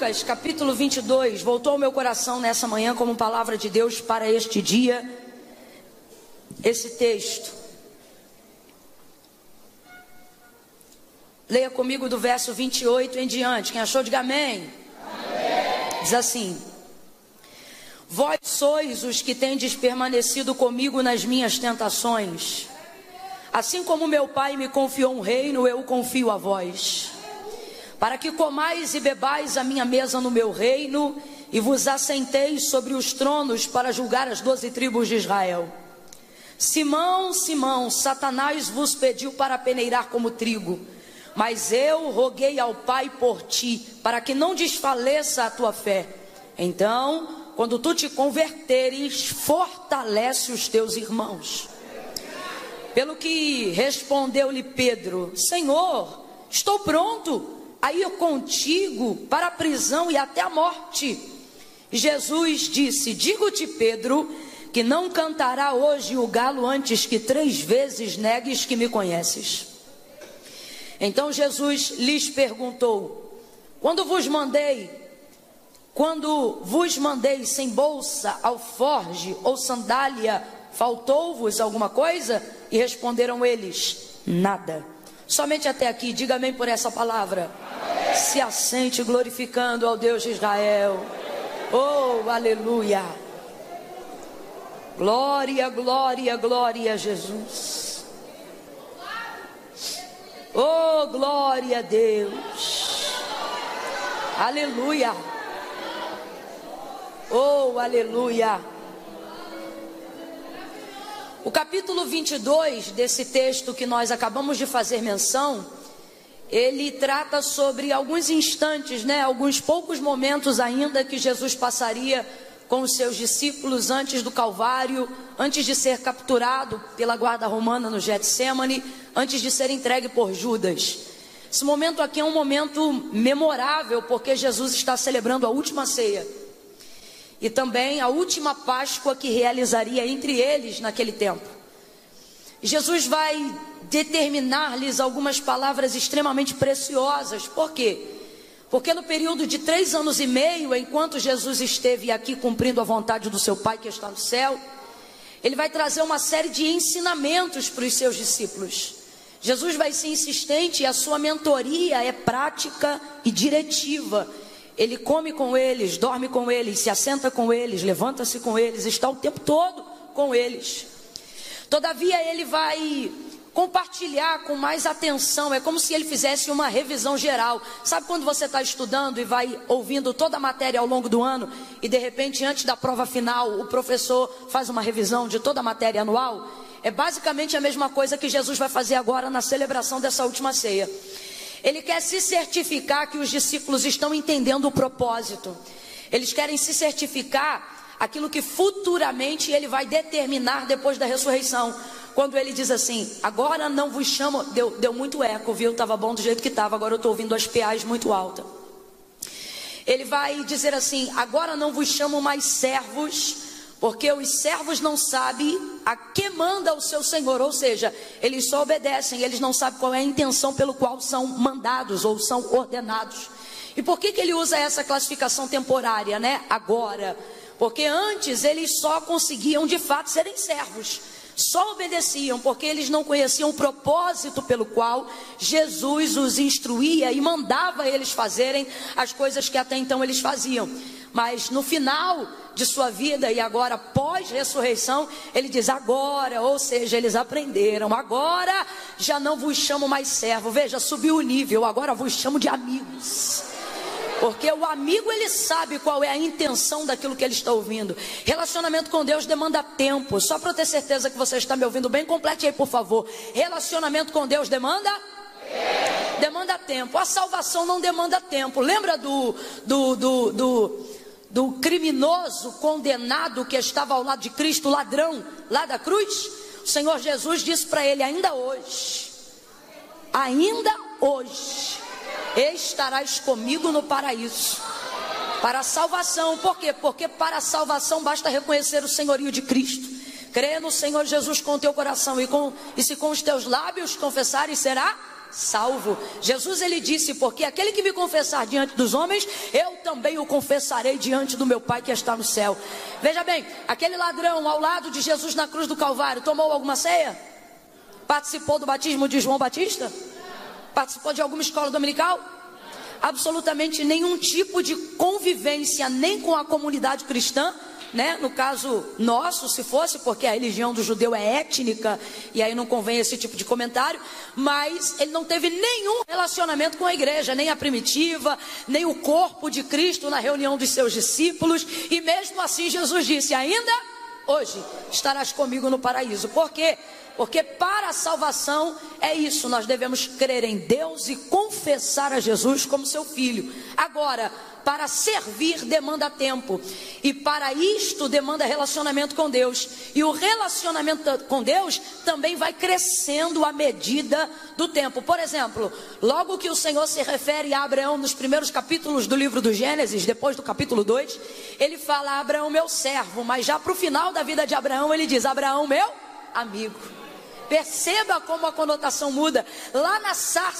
Lucas, capítulo 22, voltou ao meu coração nessa manhã como palavra de Deus para este dia, esse texto. Leia comigo do verso 28 em diante. Quem achou, diga amém. Amém. Diz assim: vós sois os que tendes permanecido comigo nas minhas tentações. Assim como meu pai me confiou um reino, eu confio a vós. Para que comais e bebais a minha mesa no meu reino, e vos assenteis sobre os tronos para julgar as 12 tribos de Israel. Simão, Simão, Satanás vos pediu para peneirar como trigo, mas eu roguei ao Pai por ti, para que não desfaleça a tua fé. Então, quando tu te converteres, fortalece os teus irmãos. Pelo que respondeu-lhe Pedro: Senhor, estou pronto a ir contigo para a prisão e até a morte. Jesus disse: digo-te, Pedro, que não cantará hoje o galo antes que 3 vezes negues que me conheces. Então Jesus lhes perguntou: quando vos mandei sem bolsa, alforge ou sandália, faltou-vos alguma coisa? E responderam eles: nada. Somente até aqui. Diga amém por essa palavra. Amém. Se assente glorificando ao Deus de Israel. Oh, aleluia. Glória, glória, glória a Jesus. Oh, glória a Deus. Aleluia. Oh, aleluia. O capítulo 22 desse texto que nós acabamos de fazer menção, ele trata sobre alguns instantes, alguns poucos momentos ainda que Jesus passaria com os seus discípulos antes do Calvário, antes de ser capturado pela guarda romana no Getsêmani, antes de ser entregue por Judas. Esse momento aqui é um momento memorável, porque Jesus está celebrando a última ceia. E também a última Páscoa que realizaria entre eles naquele tempo. Jesus vai determinar-lhes algumas palavras extremamente preciosas. Por quê? Porque no período de 3 anos e meio, enquanto Jesus esteve aqui cumprindo a vontade do seu Pai que está no céu, ele vai trazer uma série de ensinamentos para os seus discípulos. Jesus vai ser insistente e a sua mentoria é prática e diretiva. Ele come com eles, dorme com eles, se assenta com eles, levanta-se com eles, está o tempo todo com eles. Todavia ele vai compartilhar com mais atenção, é como se ele fizesse uma revisão geral. Sabe quando você está estudando e vai ouvindo toda a matéria ao longo do ano, e de repente antes da prova final o professor faz uma revisão de toda a matéria anual? É basicamente a mesma coisa que Jesus vai fazer agora na celebração dessa última ceia. Ele quer se certificar que os discípulos estão entendendo o propósito. Eles querem se certificar aquilo que futuramente ele vai determinar depois da ressurreição. Quando ele diz assim: agora não vos chamo... Deu muito eco, viu? Estava bom do jeito que estava, agora eu estou ouvindo as PAs muito alta. Ele vai dizer assim: agora não vos chamo mais servos, porque os servos não sabem a que manda o seu Senhor. Ou seja, eles só obedecem, eles não sabem qual é a intenção pelo qual são mandados ou são ordenados. E por que ele usa essa classificação temporária, agora? Porque antes eles só conseguiam de fato serem servos, só obedeciam, porque eles não conheciam o propósito pelo qual Jesus os instruía e mandava eles fazerem as coisas que até então eles faziam. Mas no final de sua vida e agora pós-ressurreição, ele diz agora, ou seja, eles aprenderam, agora já não vos chamo mais servo, veja, subiu o nível, agora vos chamo de amigos. Porque o amigo, ele sabe qual é a intenção daquilo que ele está ouvindo. Relacionamento com Deus demanda tempo. Só para eu ter certeza que você está me ouvindo bem, complete aí por favor. Relacionamento com Deus demanda? Demanda tempo. A salvação não demanda tempo. Lembra do criminoso condenado que estava ao lado de Cristo, ladrão, lá da cruz? O Senhor Jesus disse para ele: ainda hoje estarás comigo no paraíso. Para a salvação. Por quê? Porque para a salvação basta reconhecer o senhorio de Cristo, crer no Senhor Jesus com o teu coração e se com os teus lábios confessares, será salvo. Jesus, ele disse, porque aquele que me confessar diante dos homens, eu também o confessarei diante do meu Pai que está no céu. Veja bem, aquele ladrão ao lado de Jesus na cruz do Calvário, tomou alguma ceia? Participou do batismo de João Batista? Participou de alguma escola dominical? Absolutamente nenhum tipo de convivência, nem com a comunidade cristã, né? No caso nosso, se fosse, porque a religião do judeu é étnica, e aí não convém esse tipo de comentário, mas ele não teve nenhum relacionamento com a igreja, nem a primitiva, nem o corpo de Cristo na reunião dos seus discípulos, e mesmo assim Jesus disse, ainda hoje estarás comigo no paraíso. Por quê? Porque para a salvação é isso, nós devemos crer em Deus e confessar a Jesus como seu filho. Agora, para servir demanda tempo, e para isto demanda relacionamento com Deus, e o relacionamento com Deus também vai crescendo à medida do tempo. Por exemplo, logo que o Senhor se refere a Abraão nos primeiros capítulos do livro do Gênesis, depois do capítulo 2, ele fala, Abraão meu servo, mas já para o final da vida de Abraão ele diz, Abraão meu amigo. Perceba como a conotação muda. Lá na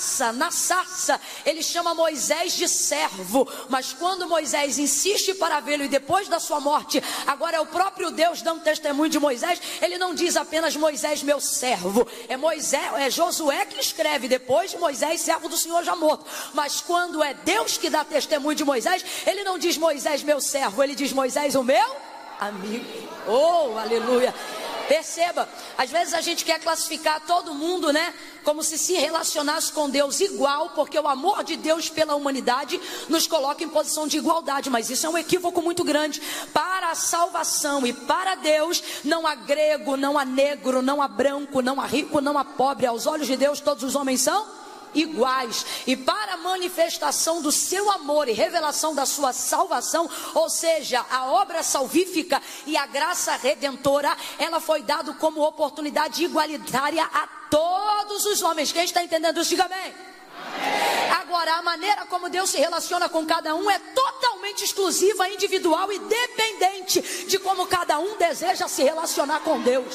sarça, ele chama Moisés de servo, mas quando Moisés insiste para vê-lo e depois da sua morte, agora é o próprio Deus dando testemunho de Moisés, ele não diz apenas Moisés meu servo, é Josué que escreve depois de Moisés, servo do Senhor já morto. Mas quando é Deus que dá testemunho de Moisés, ele não diz Moisés meu servo, ele diz Moisés o meu amigo. Oh, aleluia. Perceba, às vezes a gente quer classificar todo mundo, né, como se relacionasse com Deus igual, porque o amor de Deus pela humanidade nos coloca em posição de igualdade, mas isso é um equívoco muito grande. Para a salvação e para Deus, não há grego, não há negro, não há branco, não há rico, não há pobre. Aos olhos de Deus todos os homens são iguais, e para a manifestação do seu amor e revelação da sua salvação, ou seja, a obra salvífica e a graça redentora, ela foi dada como oportunidade igualitária a todos os homens. Quem está entendendo isso, diga bem. Agora, a maneira como Deus se relaciona com cada um é totalmente exclusiva, individual e dependente de como cada um deseja se relacionar com Deus.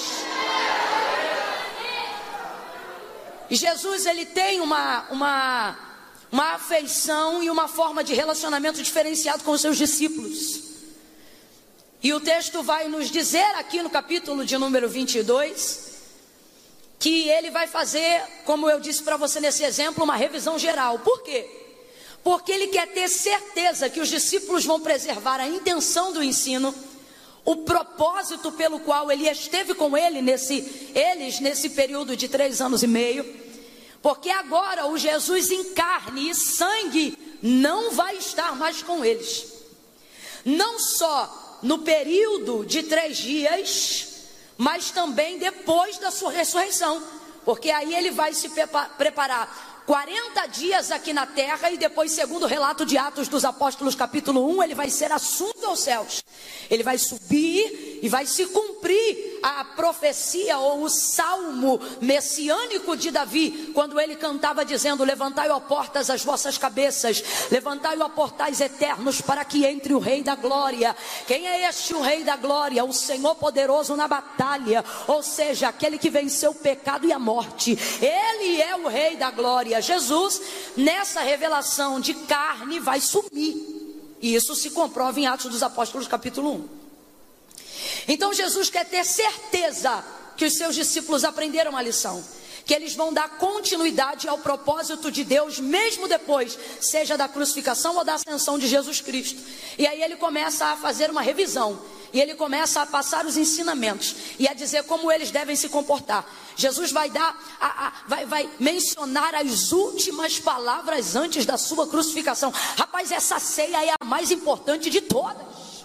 E Jesus, ele tem uma afeição e uma forma de relacionamento diferenciado com os seus discípulos. E o texto vai nos dizer aqui no capítulo de número 22, que ele vai fazer, como eu disse para você nesse exemplo, uma revisão geral. Por quê? Porque ele quer ter certeza que os discípulos vão preservar a intenção do ensino, o propósito pelo qual ele esteve com eles nesse período de 3 anos e meio, porque agora o Jesus em carne e sangue não vai estar mais com eles, não só no período de 3 dias, mas também depois da sua ressurreição, porque aí ele vai se preparar 40 dias aqui na terra, e depois, segundo o relato de Atos dos Apóstolos capítulo 1, ele vai ser assunto aos céus. Ele vai subir e vai se cumprir a profecia ou o salmo messiânico de Davi, quando ele cantava dizendo, levantai, ó portas, as vossas cabeças, levantai, ó portais eternos, para que entre o Rei da Glória. Quem é este o Rei da Glória? O Senhor poderoso na batalha, ou seja, aquele que venceu o pecado e a morte. Ele é o Rei da Glória. Jesus, nessa revelação de carne, vai sumir, e isso se comprova em Atos dos Apóstolos capítulo 1. Então Jesus quer ter certeza que os seus discípulos aprenderam a lição, que eles vão dar continuidade ao propósito de Deus, mesmo depois, seja da crucificação ou da ascensão de Jesus Cristo. E aí ele começa a fazer uma revisão, e ele começa a passar os ensinamentos, e a dizer como eles devem se comportar. Jesus vai vai mencionar as últimas palavras antes da sua crucificação. Rapaz, essa ceia é a mais importante de todas,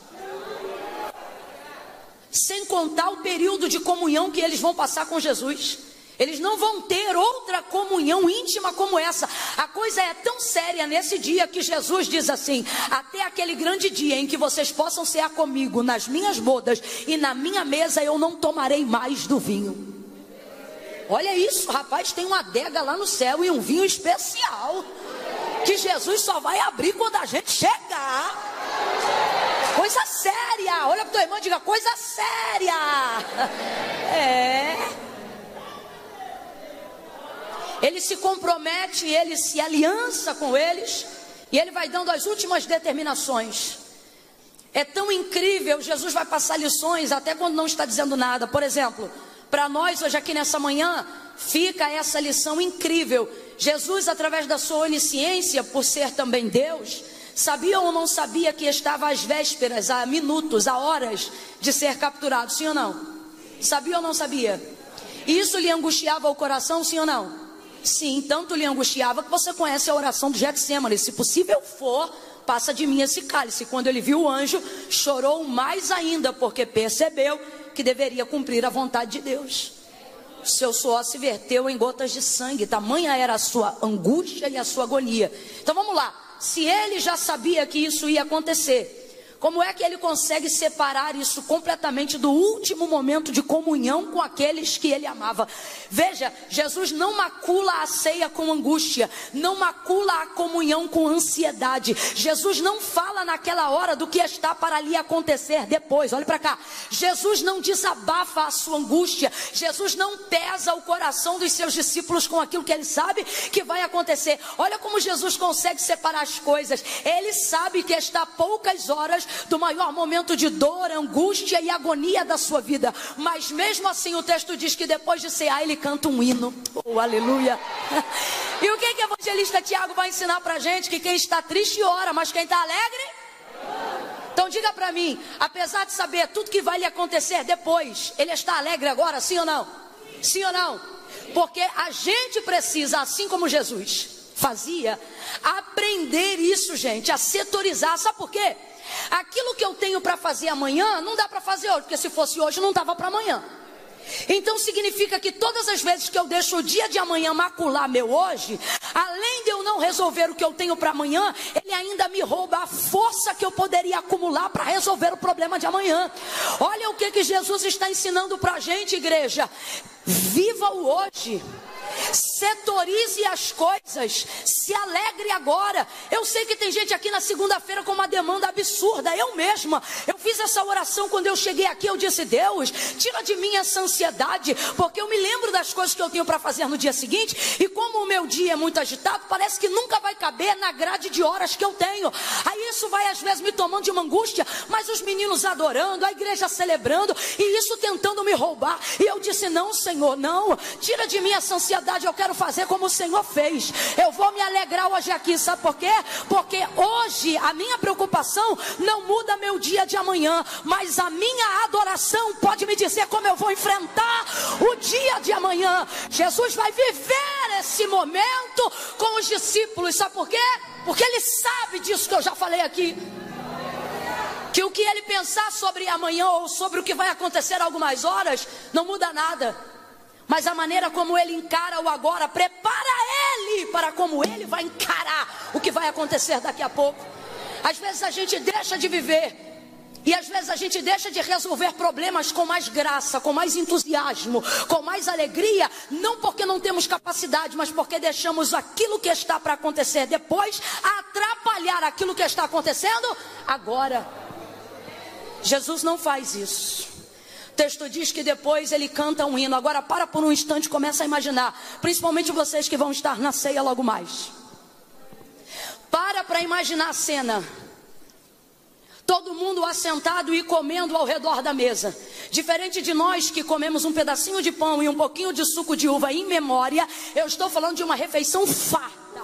sem contar o período de comunhão que eles vão passar com Jesus. Eles não vão ter outra comunhão íntima como essa. A coisa é tão séria nesse dia que Jesus diz assim: até aquele grande dia em que vocês possam cear comigo nas minhas bodas e na minha mesa, eu não tomarei mais do vinho. Olha isso, rapaz, tem uma adega lá no céu e um vinho especial que Jesus só vai abrir quando a gente chegar. Coisa séria. Olha para o teu irmão e diga, coisa séria. Ele se compromete, ele se aliança com eles, e ele vai dando as últimas determinações. É tão incrível, Jesus vai passar lições até quando não está dizendo nada. Por exemplo, para nós hoje aqui nessa manhã, fica essa lição incrível. Jesus, através da sua onisciência, por ser também Deus, sabia ou não sabia que estava às vésperas, a minutos, a horas de ser capturado, sim ou não? Sabia ou não sabia? E isso lhe angustiava o coração, sim ou não? Sim, tanto lhe angustiava que você conhece a oração do Getsêmani. Se possível for, passa de mim esse cálice. Quando ele viu o anjo, chorou mais ainda, porque percebeu que deveria cumprir a vontade de Deus. Seu suor se verteu em gotas de sangue, tamanha era a sua angústia e a sua agonia. Então vamos lá, se ele já sabia que isso ia acontecer, como é que ele consegue separar isso completamente do último momento de comunhão com aqueles que ele amava? Veja, Jesus não macula a ceia com angústia, não macula a comunhão com ansiedade. Jesus não fala naquela hora do que está para ali acontecer depois. Olha para cá, Jesus não desabafa a sua angústia, Jesus não pesa o coração dos seus discípulos com aquilo que ele sabe que vai acontecer. Olha como Jesus consegue separar as coisas. Ele sabe que está a poucas horas do maior momento de dor, angústia e agonia da sua vida, mas mesmo assim o texto diz que depois de cear ele canta um hino. Oh, aleluia. E o que o evangelista Tiago vai ensinar pra gente? Que quem está triste ora, mas quem está alegre? Então diga pra mim, apesar de saber tudo que vai lhe acontecer depois, ele está alegre agora, sim ou não? Sim ou não? Porque a gente precisa, assim como Jesus fazia, aprender isso, gente, a setorizar. Sabe por quê? Aquilo que eu tenho para fazer amanhã, não dá para fazer hoje, porque se fosse hoje não dava para amanhã. Então significa que todas as vezes que eu deixo o dia de amanhã macular meu hoje, além de eu não resolver o que eu tenho para amanhã, ele ainda me rouba a força que eu poderia acumular para resolver o problema de amanhã. Olha o que Jesus está ensinando para a gente, igreja. Viva o hoje. Setorize as coisas, se alegre agora. Eu sei que tem gente aqui na segunda-feira com uma demanda absurda. Eu mesma, eu fiz essa oração quando eu cheguei aqui. Eu disse: Deus, tira de mim essa ansiedade, porque eu me lembro das coisas que eu tenho para fazer no dia seguinte, e como o meu dia é muito agitado, parece que nunca vai caber na grade de horas que eu tenho. Aí isso vai às vezes me tomando de uma angústia, mas os meninos adorando, a igreja celebrando, e isso tentando me roubar. E eu disse: não, Senhor, não, tira de mim essa ansiedade. Eu quero fazer como o Senhor fez. Eu vou me alegrar hoje aqui. Sabe por quê? Porque hoje a minha preocupação não muda meu dia de amanhã, mas a minha adoração pode me dizer como eu vou enfrentar o dia de amanhã. Jesus vai viver esse momento com os discípulos. Sabe por quê? Porque ele sabe disso que eu já falei aqui, que o que ele pensar sobre amanhã ou sobre o que vai acontecer algumas horas não muda nada. Mas a maneira como ele encara o agora prepara ele para como ele vai encarar o que vai acontecer daqui a pouco. Às vezes a gente deixa de viver, e às vezes a gente deixa de resolver problemas com mais graça, com mais entusiasmo, com mais alegria, não porque não temos capacidade, mas porque deixamos aquilo que está para acontecer depois atrapalhar aquilo que está acontecendo agora. Jesus não faz isso. O texto diz que depois ele canta um hino. Agora para por um instante e começa a imaginar, principalmente vocês que vão estar na ceia logo mais. Para imaginar a cena. Todo mundo assentado e comendo ao redor da mesa. Diferente de nós que comemos um pedacinho de pão e um pouquinho de suco de uva em memória, eu estou falando de uma refeição farta.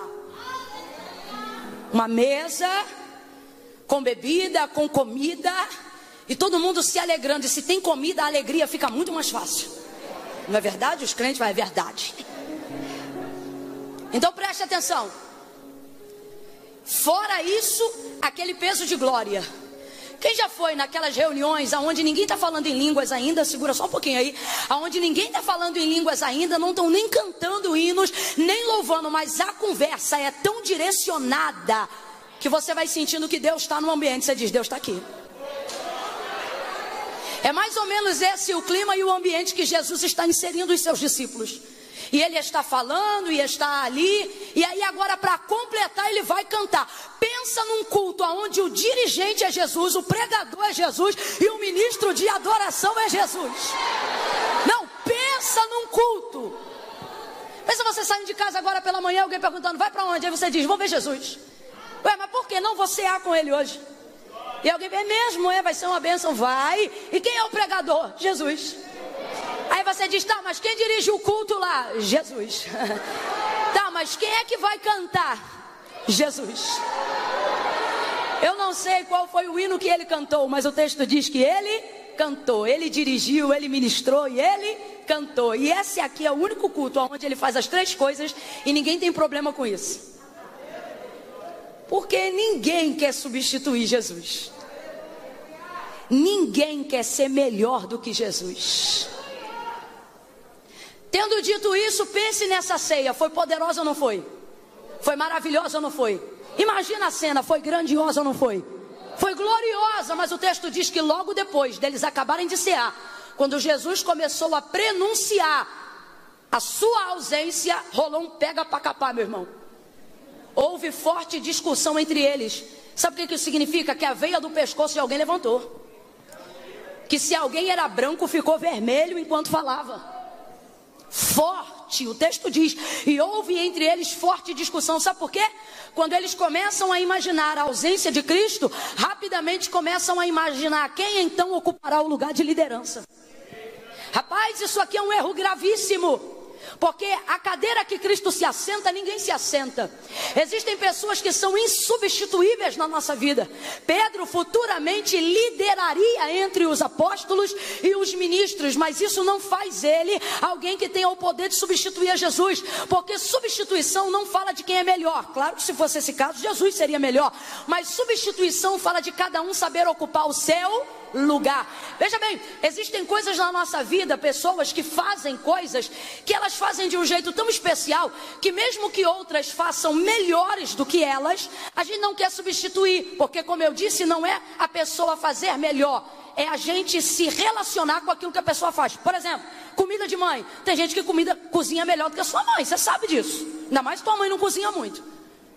Uma mesa com bebida, com comida, e todo mundo se alegrando. E se tem comida, a alegria fica muito mais fácil. Não é verdade? Os crentes falam: é verdade. Então preste atenção. Fora isso, aquele peso de glória. Quem já foi naquelas reuniões onde ninguém está falando em línguas ainda? Segura só um pouquinho aí. Onde ninguém está falando em línguas ainda, não estão nem cantando hinos, nem louvando, mas a conversa é tão direcionada que você vai sentindo que Deus está no ambiente. Você diz: Deus está aqui. É mais ou menos esse o clima e o ambiente que Jesus está inserindo os seus discípulos. E ele está falando e está ali. E aí agora, para completar, ele vai cantar. Pensa num culto onde o dirigente é Jesus, o pregador é Jesus e o ministro de adoração é Jesus. Não, pensa num culto. Pensa você saindo de casa agora pela manhã, alguém perguntando, vai para onde? Aí você diz, vou ver Jesus. Ué, mas por que não vou cear com ele hoje? E alguém, é mesmo, vai ser uma bênção, vai. E quem é o pregador? Jesus. Aí você diz, tá, mas quem dirige o culto lá? Jesus. Tá, mas quem é que vai cantar? Jesus. Eu não sei qual foi o hino que ele cantou, mas o texto diz que ele cantou, ele dirigiu, ele ministrou e ele cantou. E esse aqui é o único culto onde ele faz as três coisas e ninguém tem problema com isso. Porque ninguém quer substituir Jesus. Ninguém quer ser melhor do que Jesus. Tendo dito isso, pense nessa ceia. Foi poderosa ou não foi? Foi maravilhosa ou não foi? Imagina a cena, foi grandiosa ou não foi? Foi gloriosa, mas o texto diz que logo depois deles acabarem de cear, quando Jesus começou a prenunciar a sua ausência, rolou um pega pra capar, meu irmão. Houve forte discussão entre eles. Sabe o que isso significa? Que a veia do pescoço de alguém levantou. Que se alguém era branco, ficou vermelho enquanto falava. Forte, o texto diz, e houve entre eles forte discussão. Sabe por quê? Quando eles começam a imaginar a ausência de Cristo, rapidamente começam a imaginar quem então ocupará o lugar de liderança. Rapaz, isso aqui é um erro gravíssimo. Porque a cadeira que Cristo se assenta, ninguém se assenta. Existem pessoas que são insubstituíveis na nossa vida. Pedro futuramente lideraria entre os apóstolos e os ministros, mas isso não faz ele alguém que tenha o poder de substituir a Jesus. Porque substituição não fala de quem é melhor. Claro que se fosse esse caso, Jesus seria melhor. Mas substituição fala de cada um saber ocupar o seu lugar. Veja bem, existem coisas na nossa vida, pessoas que fazem coisas que elas fazem de um jeito tão especial que mesmo que outras façam melhores do que elas, a gente não quer substituir, porque como eu disse, não é a pessoa fazer melhor, é a gente se relacionar com aquilo que a pessoa faz. Por exemplo, comida de mãe. Tem gente que cozinha melhor do que a sua mãe, você sabe disso. Ainda mais que tua mãe não cozinha muito.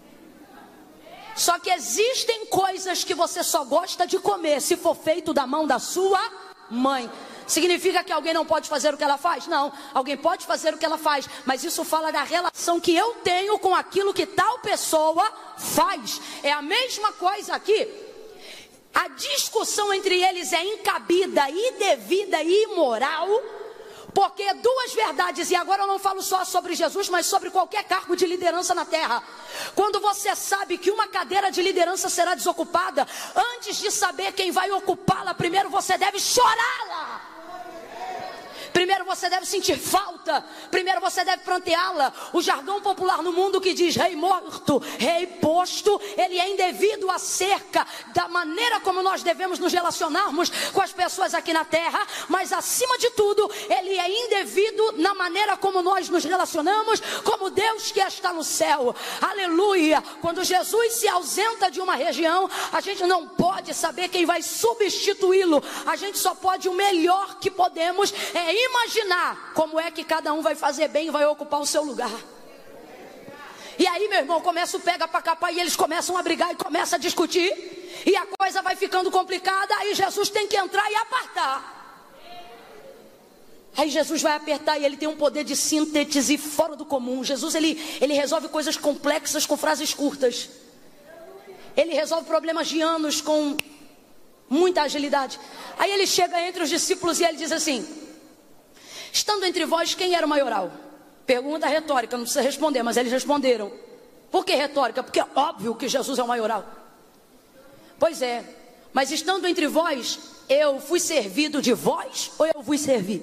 Só que existem coisas que você só gosta de comer se for feito da mão da sua mãe. Significa que alguém não pode fazer o que ela faz? Não, alguém pode fazer o que ela faz, mas isso fala da relação que eu tenho com aquilo que tal pessoa faz. É a mesma coisa aqui. A discussão entre eles é incabida, indevida e imoral, porque duas verdades, e agora eu não falo só sobre Jesus, mas sobre qualquer cargo de liderança na terra. Quando você sabe que uma cadeira de liderança será desocupada, antes de saber quem vai ocupá-la, primeiro você deve chorá-la. Primeiro você deve sentir falta. Primeiro você deve pranteá-la. O jargão popular no mundo que diz rei morto, rei posto, ele é indevido acerca da maneira como nós devemos nos relacionarmos com as pessoas aqui na terra. Mas acima de tudo, ele é indevido na maneira como nós nos relacionamos como Deus que está no céu. Aleluia. Quando Jesus se ausenta de uma região, a gente não pode saber quem vai substituí-lo. A gente só pode, o melhor que podemos é imaginar como é que cada um vai fazer bem e vai ocupar o seu lugar. E aí, meu irmão, começa o pega pra capar e eles começam a brigar e começam a discutir. E a coisa vai ficando complicada. Aí Jesus tem que entrar e apertar. Aí Jesus vai apertar e ele tem um poder de síntese fora do comum. Jesus, ele resolve coisas complexas com frases curtas. Ele resolve problemas de anos com muita agilidade. Aí ele chega entre os discípulos e ele diz assim: estando entre vós, quem era o maioral? Pergunta retórica, não precisa responder, mas eles responderam. Por que retórica? Porque é óbvio que Jesus é o maioral. Pois é, mas estando entre vós, eu fui servido de vós ou eu vos servi?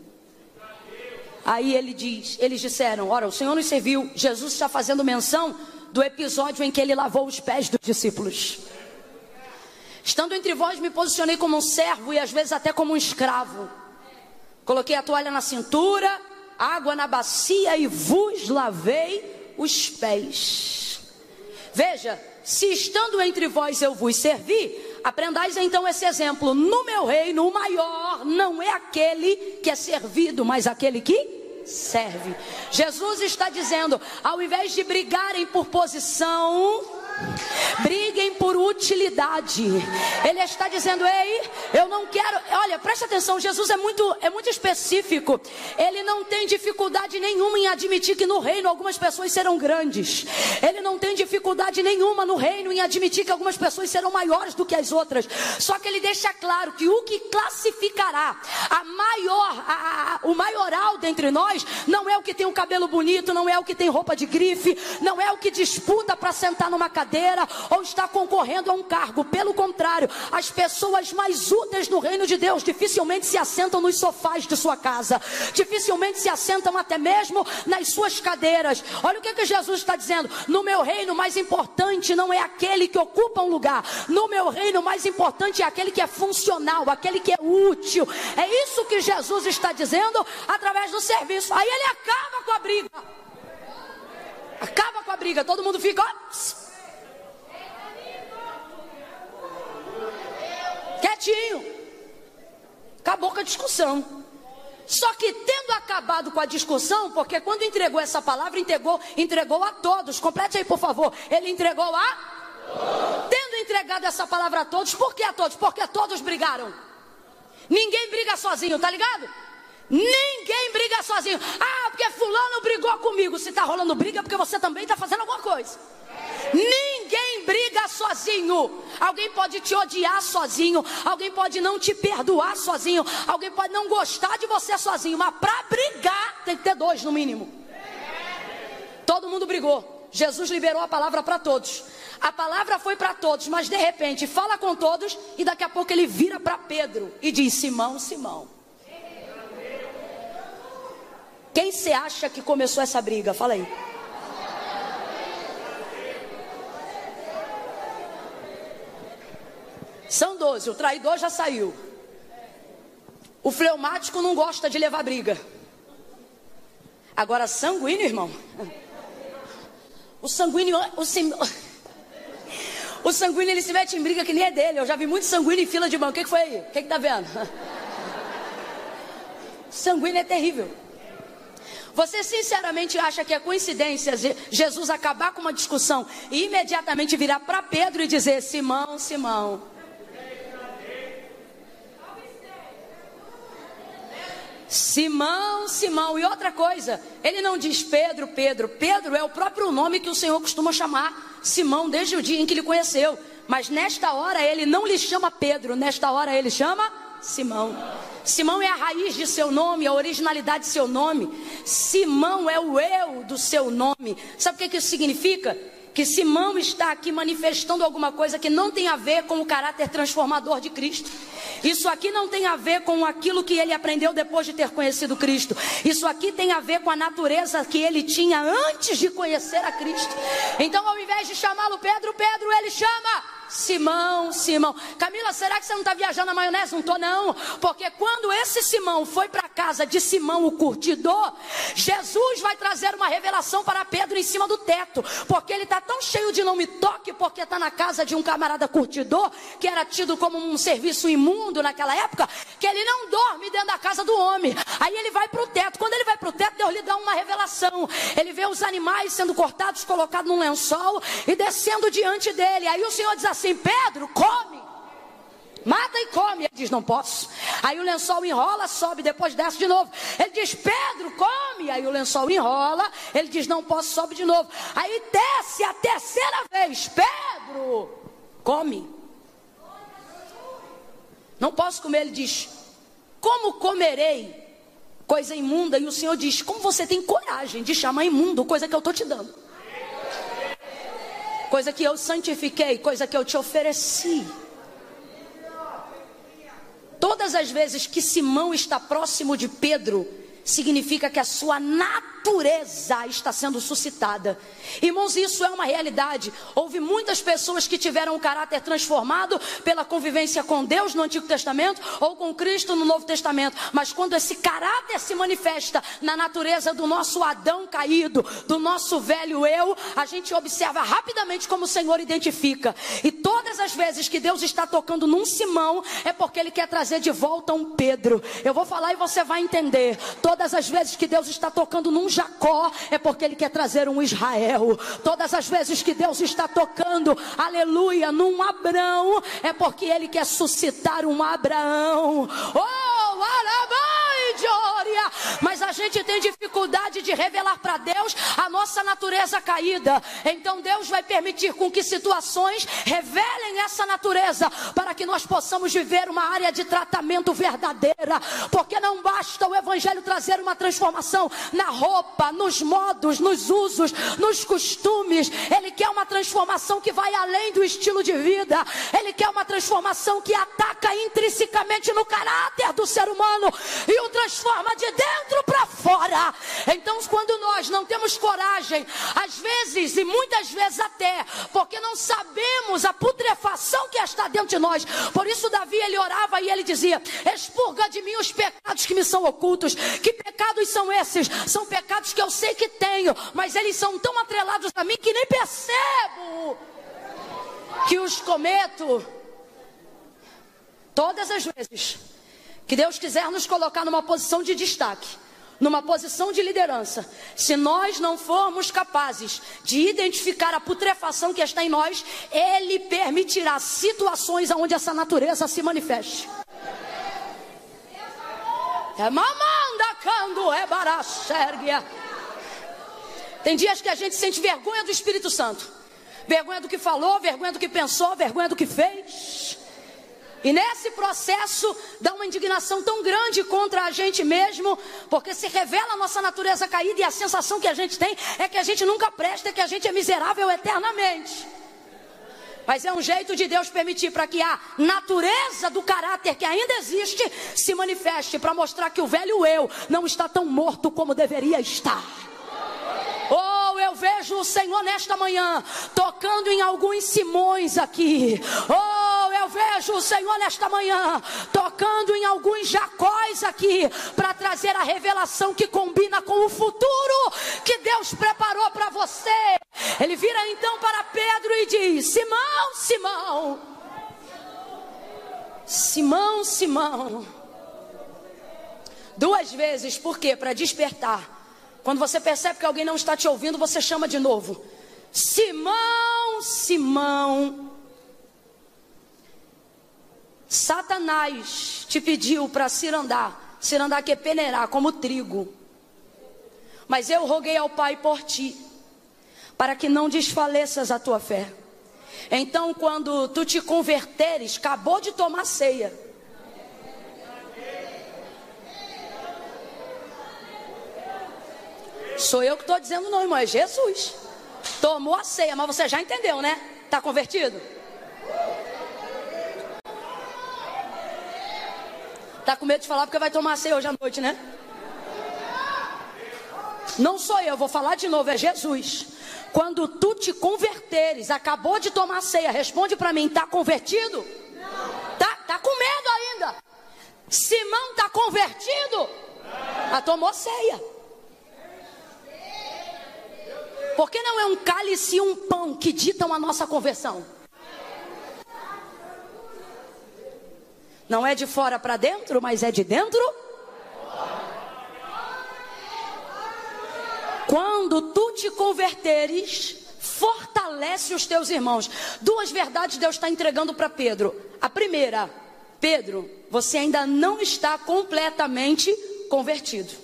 Aí eles disseram, ora, o Senhor nos serviu. Jesus está fazendo menção do episódio em que ele lavou os pés dos discípulos. Estando entre vós, me posicionei como um servo e às vezes até como um escravo. Coloquei a toalha na cintura, água na bacia e vos lavei os pés. Veja, se estando entre vós eu vos servi, aprendais então esse exemplo. No meu reino, o maior não é aquele que é servido, mas aquele que serve. Jesus está dizendo, ao invés de brigarem por posição, Briguem por utilidade. Ele está dizendo: ei, eu não quero. Olha, preste atenção, Jesus é muito específico. Ele não tem dificuldade nenhuma em admitir que no reino algumas pessoas serão grandes. Ele não tem dificuldade nenhuma no reino em admitir que algumas pessoas serão maiores do que as outras. Só que ele deixa claro que o que classificará o maioral dentre nós não é o que tem um cabelo bonito, não é o que tem roupa de grife, não é o que disputa para sentar numa cadeira ou está concorrendo a um cargo. Pelo contrário, as pessoas mais úteis no reino de Deus dificilmente se assentam nos sofás de sua casa, dificilmente se assentam até mesmo nas suas cadeiras. Olha o que Jesus está dizendo: no meu reino o mais importante não é aquele que ocupa um lugar, no meu reino o mais importante é aquele que é funcional, aquele que é útil. É isso que Jesus está dizendo através do serviço. Aí ele acaba com a briga. Acaba com a briga, todo mundo fica quietinho. Acabou com a discussão. Só que tendo acabado com a discussão, porque quando entregou essa palavra, entregou a todos. Complete aí, por favor. Ele entregou a todos. Tendo entregado essa palavra a todos, por que a todos? Porque todos brigaram. Ninguém briga sozinho, tá ligado? Ninguém briga sozinho. Ah, porque fulano brigou comigo. Se está rolando briga é porque você também está fazendo alguma coisa. Ninguém briga sozinho. Alguém pode te odiar sozinho, alguém pode não te perdoar sozinho, alguém pode não gostar de você sozinho, mas para brigar tem que ter dois no mínimo. Todo mundo brigou. Jesus liberou a palavra para todos. A palavra foi para todos, mas de repente fala com todos e daqui a pouco ele vira para Pedro e diz: Simão, Simão, quem você acha que começou essa briga? Fala aí. São 12, o traidor já saiu. O fleumático não gosta de levar briga. Agora sanguíneo, irmão. O sanguíneo ele se mete em briga que nem é dele. Eu já vi muito sanguíneo em fila de banco. O que foi aí? O que tá vendo? Sanguíneo é terrível. Você sinceramente acha que é coincidência Jesus acabar com uma discussão e imediatamente virar para Pedro e dizer: Simão, Simão, Simão, Simão? E outra coisa, ele não diz Pedro, Pedro. Pedro é o próprio nome que o Senhor costuma chamar Simão desde o dia em que lhe conheceu. Mas nesta hora ele não lhe chama Pedro, nesta hora ele chama Simão. Simão é a raiz de seu nome, a originalidade de seu nome. Simão é o eu do seu nome. Sabe o que isso significa? Que Simão está aqui manifestando alguma coisa que não tem a ver com o caráter transformador de Cristo. Isso aqui não tem a ver com aquilo que ele aprendeu depois de ter conhecido Cristo. Isso aqui tem a ver com a natureza que ele tinha antes de conhecer a Cristo. Então, ao invés de chamá-lo Pedro, Pedro, ele chama Simão, Simão. Camila, será que você não está viajando na maionese? Não estou não. Porque quando esse Simão foi para a casa de Simão o curtidor, Jesus vai trazer uma revelação para Pedro em cima do teto. Porque ele está tão cheio de não me toque, porque está na casa de um camarada curtidor, que era tido como um serviço imundo naquela época, que ele não dorme dentro da casa do homem. Aí ele vai para o teto. Quando ele vai para o teto, Deus lhe dá uma revelação. Ele vê os animais sendo cortados, colocados num lençol e descendo diante dele. Aí o Senhor diz assim: Pedro, come, mata e come. Ele diz: não posso. Aí o lençol enrola, sobe, depois desce de novo. Ele diz: Pedro, come. Aí o lençol enrola, ele diz: não posso, sobe de novo. Aí desce a terceira vez: Pedro, come. Não posso comer. Ele diz: como comerei coisa imunda? E o Senhor diz: como você tem coragem de chamar imundo coisa que eu estou te dando? Coisa que eu santifiquei, coisa que eu te ofereci. Todas as vezes que Simão está próximo de Pedro, significa que a sua natureza está sendo suscitada. Irmãos, isso é uma realidade. Houve muitas pessoas que tiveram o caráter transformado pela convivência com Deus no Antigo Testamento ou com Cristo no Novo Testamento. Mas quando esse caráter se manifesta na natureza do nosso Adão caído, do nosso velho eu, a gente observa rapidamente como o Senhor identifica. E todas todas as vezes que Deus está tocando num Simão, é porque Ele quer trazer de volta um Pedro. Eu vou falar e você vai entender. Todas as vezes que Deus está tocando num Jacó, é porque Ele quer trazer um Israel. Todas as vezes que Deus está tocando, aleluia, num Abrão, é porque Ele quer suscitar um Abraão. Oh, alabai, glória! Mas a gente tem dificuldade de revelar para Deus a nossa natureza caída. Então Deus vai permitir com que situações revelem essa natureza, para que nós possamos viver uma área de tratamento verdadeira. Porque não basta o Evangelho trazer uma transformação na roupa, nos modos, nos usos, nos costumes. Ele quer uma transformação que vai além do estilo de vida. Ele quer uma transformação que ataca intrinsecamente no caráter do ser humano e o transforma de dentro para fora. Então, quando nós não temos coragem, às vezes e muitas vezes até, porque não sabemos a putrefação que está dentro de nós. Por isso Davi, ele orava e ele dizia: expurga de mim os pecados que me são ocultos. Que pecados são esses? São pecados que eu sei que tenho, mas eles são tão atrelados a mim que nem percebo que os cometo. Todas as vezes que Deus quiser nos colocar numa posição de destaque, numa posição de liderança, se nós não formos capazes de identificar a putrefação que está em nós, Ele permitirá situações onde essa natureza se manifeste. É mamanda quando é baraxérgia. Tem dias que a gente sente vergonha do Espírito Santo, vergonha do que falou, vergonha do que pensou, vergonha do que fez. E nesse processo dá uma indignação tão grande contra a gente mesmo, porque se revela a nossa natureza caída, e a sensação que a gente tem é que a gente nunca presta, que a gente é miserável eternamente. Mas é um jeito de Deus permitir para que a natureza do caráter que ainda existe se manifeste, para mostrar que o velho eu não está tão morto como deveria estar. Oh, eu vejo o Senhor nesta manhã tocando em alguns Simões aqui. Oh, eu vejo o Senhor nesta manhã tocando em alguns Jacóis aqui, para trazer a revelação que combina com o futuro que Deus preparou para você. Ele vira então para Pedro e diz: Simão, Simão, Simão, Simão. Duas vezes, por quê? Para despertar. Quando você percebe que alguém não está te ouvindo, você chama de novo: Simão, Simão, Satanás te pediu para cirandar. Cirandar que é peneirar, como trigo. Mas eu roguei ao Pai por ti, para que não desfaleças a tua fé. Então, quando tu te converteres, acabou de tomar ceia. Sou eu que estou dizendo não, irmão, é Jesus. Tomou a ceia, mas você já entendeu, né? Está convertido? Está com medo de falar porque vai tomar a ceia hoje à noite, né? Não sou eu, vou falar de novo, é Jesus. Quando tu te converteres, acabou de tomar a ceia, responde para mim, está convertido? Não. Tá com medo ainda? Simão está convertido? Ah, tomou ceia. Porque não é um cálice e um pão que ditam a nossa conversão? Não é de fora para dentro, mas é de dentro. Quando tu te converteres, fortalece os teus irmãos. Duas verdades Deus está entregando para Pedro. A primeira: Pedro, você ainda não está completamente convertido.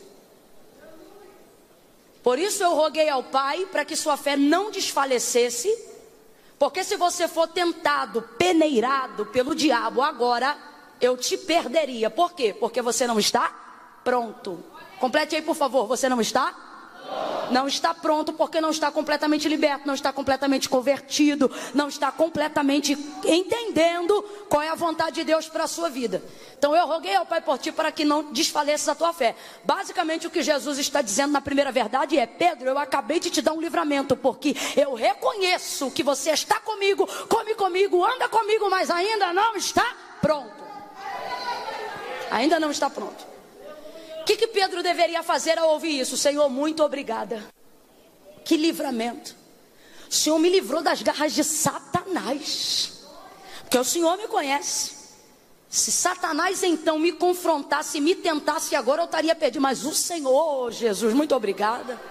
Por isso eu roguei ao Pai para que sua fé não desfalecesse, porque se você for tentado, peneirado pelo diabo agora, eu te perderia. Por quê? Porque você não está pronto. Complete aí, por favor. Você não está? Não está pronto porque não está completamente liberto, não está completamente convertido, não está completamente entendendo qual é a vontade de Deus para a sua vida. Então eu roguei ao Pai por ti para que não desfaleças a tua fé. Basicamente o que Jesus está dizendo na primeira verdade é: Pedro, eu acabei de te dar um livramento, porque eu reconheço que você está comigo, come comigo, anda comigo, mas ainda não está pronto. Ainda não está pronto. O que Pedro deveria fazer ao ouvir isso? Senhor, muito obrigada. Que livramento. O Senhor me livrou das garras de Satanás. Porque o Senhor me conhece. Se Satanás então me confrontasse, me tentasse agora, eu estaria perdido. Mas o Senhor, Jesus, muito obrigada.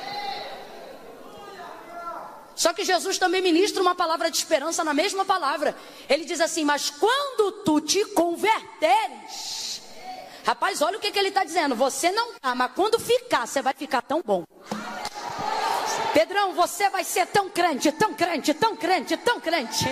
Só que Jesus também ministra uma palavra de esperança na mesma palavra. Ele diz assim: mas quando tu te converteres, rapaz, olha o que ele está dizendo. Você não tá, mas quando ficar, você vai ficar tão bom. Pedrão, você vai ser tão crente, tão crente, tão crente, tão crente,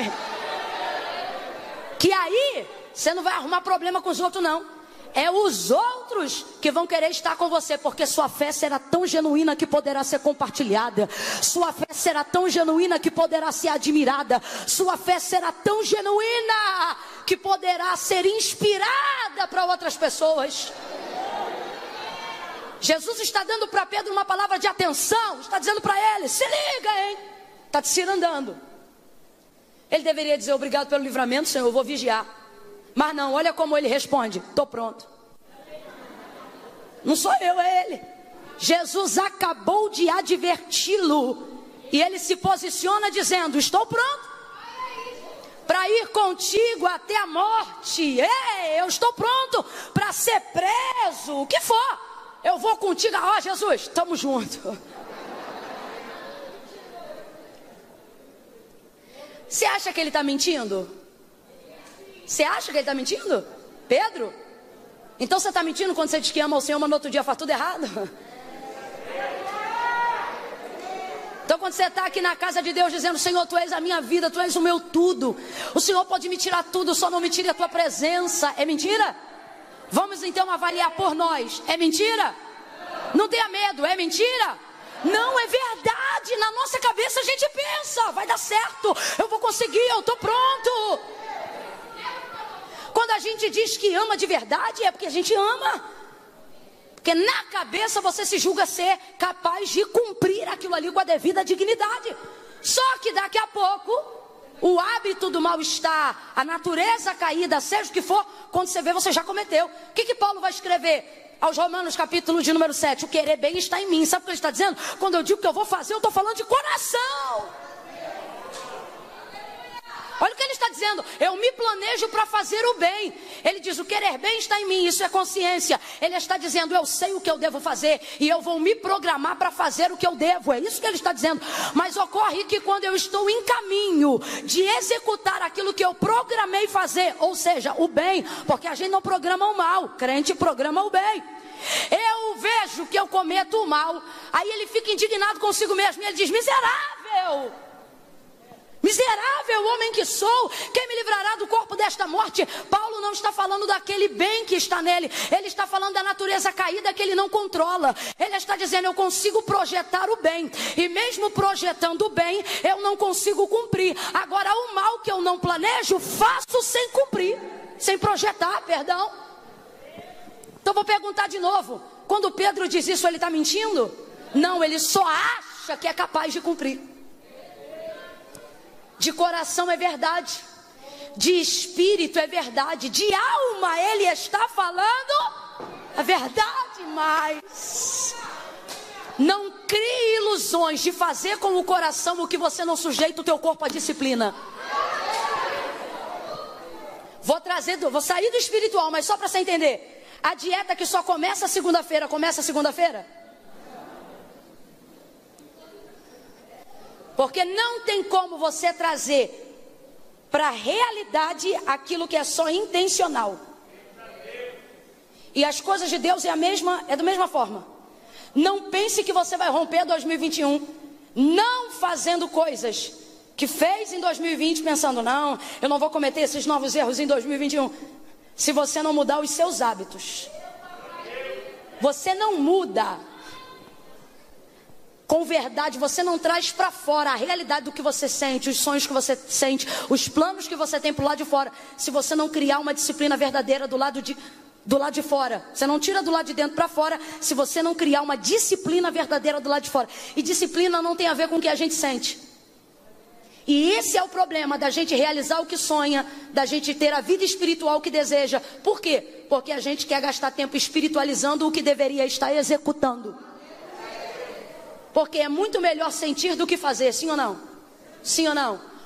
que aí você não vai arrumar problema com os outros, não. É os outros que vão querer estar com você, porque sua fé será tão genuína que poderá ser compartilhada. Sua fé será tão genuína que poderá ser admirada. Sua fé será tão genuína que poderá ser inspirada para outras pessoas. Jesus está dando para Pedro uma palavra de atenção. Está dizendo para ele: se liga, hein? Está te cirandando. Ele deveria dizer: obrigado pelo livramento, Senhor, eu vou vigiar. Mas não, olha como ele responde: estou pronto. Não sou eu, é ele. Jesus acabou de adverti-lo e ele se posiciona dizendo: estou pronto para ir contigo até a morte. Ei, eu estou pronto para ser preso, o que for, eu vou contigo. Ó, Jesus, estamos juntos. Você acha que ele está mentindo? Você acha que ele está mentindo? Pedro? Então você está mentindo quando você diz que ama o Senhor, mas no outro dia faz tudo errado? Então quando você está aqui na casa de Deus dizendo: Senhor, Tu és a minha vida, Tu és o meu tudo, o Senhor pode me tirar tudo, só não me tire a Tua presença. É mentira? Vamos então avaliar por nós. É mentira? Não tenha medo, é mentira? Não, é verdade. Na nossa cabeça a gente pensa: vai dar certo, eu vou conseguir, eu estou pronto. Quando a gente diz que ama de verdade, é porque a gente ama. Porque na cabeça você se julga ser capaz de cumprir aquilo ali com a devida dignidade. Só que daqui a pouco, o hábito do mal-estar, a natureza caída, seja o que for, quando você vê, você já cometeu. O que Paulo vai escrever aos Romanos, capítulo de número 7? O querer bem está em mim. Sabe o que ele está dizendo? Quando eu digo que eu vou fazer, eu estou falando de coração. Olha o que ele está dizendo: eu me planejo para fazer o bem. Ele diz: o querer bem está em mim, isso é consciência. Ele está dizendo: eu sei o que eu devo fazer e eu vou me programar para fazer o que eu devo. É isso que ele está dizendo. Mas ocorre que quando eu estou em caminho de executar aquilo que eu programei fazer, ou seja, o bem, porque a gente não programa o mal, crente programa o bem. Eu vejo que eu cometo o mal, aí ele fica indignado consigo mesmo e ele diz: miserável! Miserável homem que sou, quem me livrará do corpo desta morte? Paulo não está falando daquele bem que está nele, ele está falando da natureza caída que ele não controla. Ele está dizendo: eu consigo projetar o bem, e mesmo projetando o bem, eu não consigo cumprir. Agora, o mal que eu não planejo, faço sem cumprir, sem projetar, perdão. Então vou perguntar de novo: quando Pedro diz isso, ele está mentindo? Não, ele só acha que é capaz de cumprir. De coração é verdade, de espírito é verdade, de alma ele está falando a verdade, mas não crie ilusões de fazer com o coração o que você não sujeita o teu corpo à disciplina. Vou sair do espiritual, mas só para você entender: a dieta que só começa segunda-feira, começa segunda-feira? Porque não tem como você trazer para a realidade aquilo que é só intencional. E as coisas de Deus é da mesma forma. Não pense que você vai romper 2021 não fazendo coisas que fez em 2020, pensando: não, eu não vou cometer esses novos erros em 2021. Se você não mudar os seus hábitos, você não muda. Com verdade, você não traz para fora a realidade do que você sente, os sonhos que você sente, os planos que você tem para o lado de fora. Se você não criar uma disciplina verdadeira do lado de fora, você não tira do lado de dentro para fora, se você não criar uma disciplina verdadeira do lado de fora. E disciplina não tem a ver com o que a gente sente. E esse é o problema da gente realizar o que sonha, da gente ter a vida espiritual que deseja. Por quê? Porque a gente quer gastar tempo espiritualizando o que deveria estar executando. Porque é muito melhor sentir do que fazer, sim ou não? Sim ou não?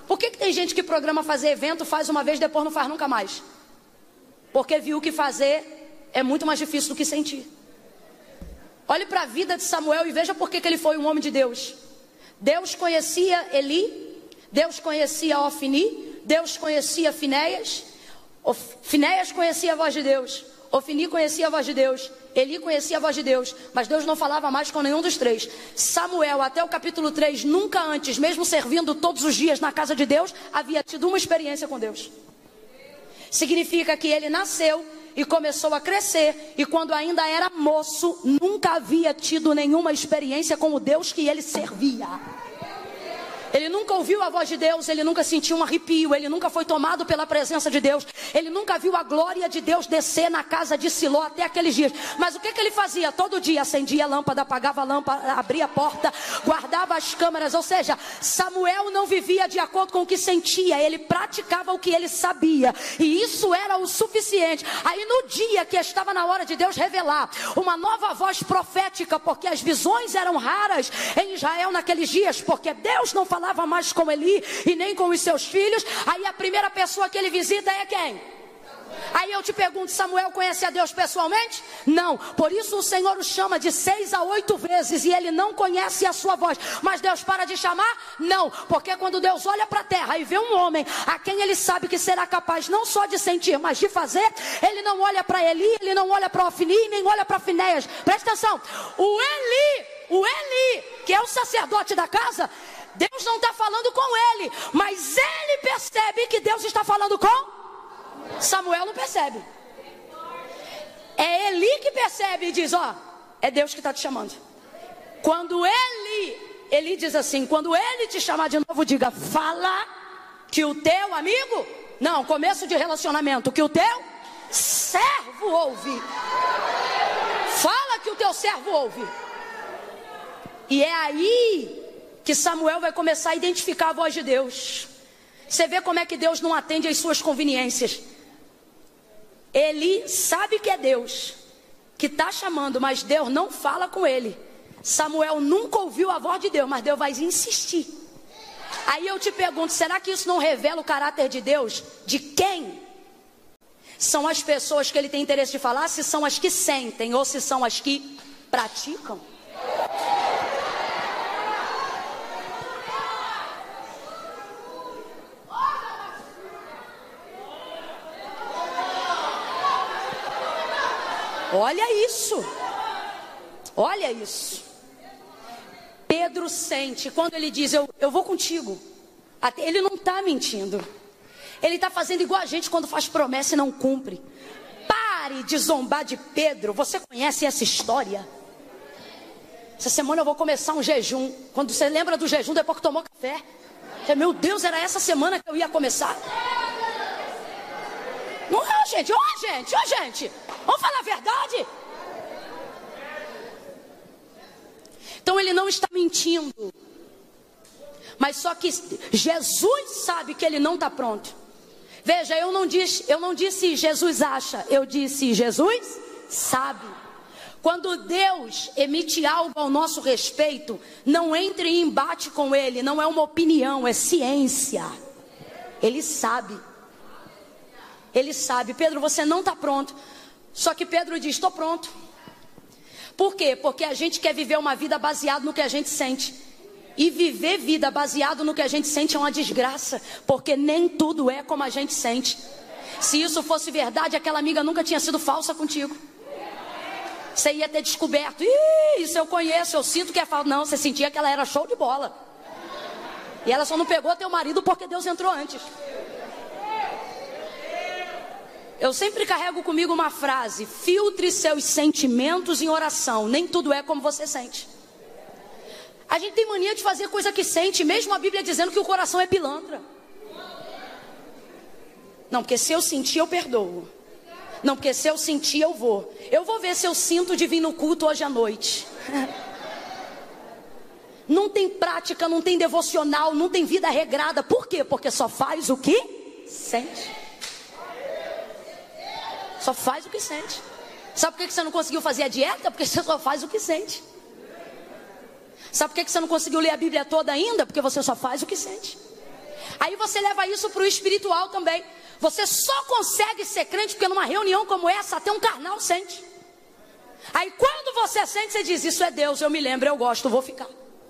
Por que tem gente que programa fazer evento, faz uma vez, depois não faz nunca mais? Porque viu que fazer é muito mais difícil do que sentir. Olhe para a vida de Samuel e veja por que ele foi um homem de Deus. Deus conhecia Eli, Deus conhecia Ofni, Deus conhecia Finéias. Finéias conhecia a voz de Deus, Ofni conhecia a voz de Deus, Eli conhecia a voz de Deus, mas Deus não falava mais com nenhum dos três. Samuel, até o capítulo 3, nunca antes, mesmo servindo todos os dias na casa de Deus, havia tido uma experiência com Deus. Significa que ele nasceu e começou a crescer, e quando ainda era moço, nunca havia tido nenhuma experiência com o Deus que ele servia. Ele nunca ouviu a voz de Deus, ele nunca sentiu um arrepio, ele nunca foi tomado pela presença de Deus, ele nunca viu a glória de Deus descer na casa de Siló até aqueles dias. Mas o que ele fazia? Todo dia acendia a lâmpada, apagava a lâmpada, abria a porta, guardava as câmeras. Ou seja, Samuel não vivia de acordo com o que sentia, ele praticava o que ele sabia, e isso era o suficiente. Aí no dia que estava na hora de Deus revelar uma nova voz profética, porque as visões eram raras em Israel naqueles dias, porque Deus não falava mais com Eli e nem com os seus filhos. Aí a primeira pessoa que ele visita é quem? Aí eu te pergunto, Samuel conhece a Deus pessoalmente? Não, por isso o Senhor o chama de 6 a 8 vezes e ele não conhece a sua voz. Mas Deus para de chamar? Não, porque quando Deus olha para a terra e vê um homem a quem ele sabe que será capaz não só de sentir, mas de fazer, ele não olha para Eli, ele não olha para Ofni, nem olha para Finéias. Presta atenção, o Eli, que é o sacerdote da casa, Deus não está falando com ele, mas ele percebe que Deus está falando com Samuel. Não percebe. É Eli que percebe e diz, ó, é Deus que está te chamando. Quando Eli diz assim, quando ele te chamar de novo, diga, fala que o teu amigo, não, começo de relacionamento, que o teu servo ouve. Fala que o teu servo ouve. E é aí que Samuel vai começar a identificar a voz de Deus. Você vê como é que Deus não atende às suas conveniências. Ele sabe que é Deus que está chamando, mas Deus não fala com ele. Samuel nunca ouviu a voz de Deus, mas Deus vai insistir. Aí eu te pergunto, será que isso não revela o caráter de Deus? De quem são as pessoas que ele tem interesse de falar? Se são as que sentem ou se são as que praticam? Olha isso. Olha isso. Pedro sente, quando ele diz, eu vou contigo. Ele não está mentindo. Ele está fazendo igual a gente quando faz promessa e não cumpre. Pare de zombar de Pedro. Você conhece essa história? Essa semana eu vou começar um jejum. Quando você lembra do jejum depois que tomou café, meu Deus, era essa semana que eu ia começar. Não é, gente? Gente, vamos falar a verdade? Então ele não está mentindo, mas só que Jesus sabe que ele não está pronto. Veja, eu não disse Jesus acha, eu disse Jesus sabe. Quando Deus emite algo ao nosso respeito, não entre em embate com ele, não é uma opinião, é ciência. Ele sabe. Ele sabe. Pedro, você não está pronto. Só que Pedro diz, estou pronto. Por quê? Porque a gente quer viver uma vida baseada no que a gente sente. E viver vida baseado no que a gente sente é uma desgraça. Porque nem tudo é como a gente sente. Se isso fosse verdade, aquela amiga nunca tinha sido falsa contigo. Você ia ter descoberto. Isso eu conheço, eu sinto que é falso. Não, você sentia que ela era show de bola. E ela só não pegou teu marido porque Deus entrou antes. Eu sempre carrego comigo uma frase: filtre seus sentimentos em oração. Nem tudo é como você sente. A gente tem mania de fazer coisa que sente, mesmo a Bíblia dizendo que o coração é pilantra. Não, porque se eu sentir eu perdoo. Não, porque se eu sentir eu vou. Eu vou ver se eu sinto de vir no culto hoje à noite. Não tem prática, não tem devocional, não tem vida regrada. Por quê? Porque só faz o que sente. Só faz o que sente. Sabe por que você não conseguiu fazer a dieta? Porque você só faz o que sente. Sabe por que você não conseguiu ler a Bíblia toda ainda? Porque você só faz o que sente. Aí você leva isso para o espiritual também. Você só consegue ser crente porque numa reunião como essa até um carnal sente. Aí quando você sente, você diz, isso é Deus, eu me lembro, eu gosto, vou ficar.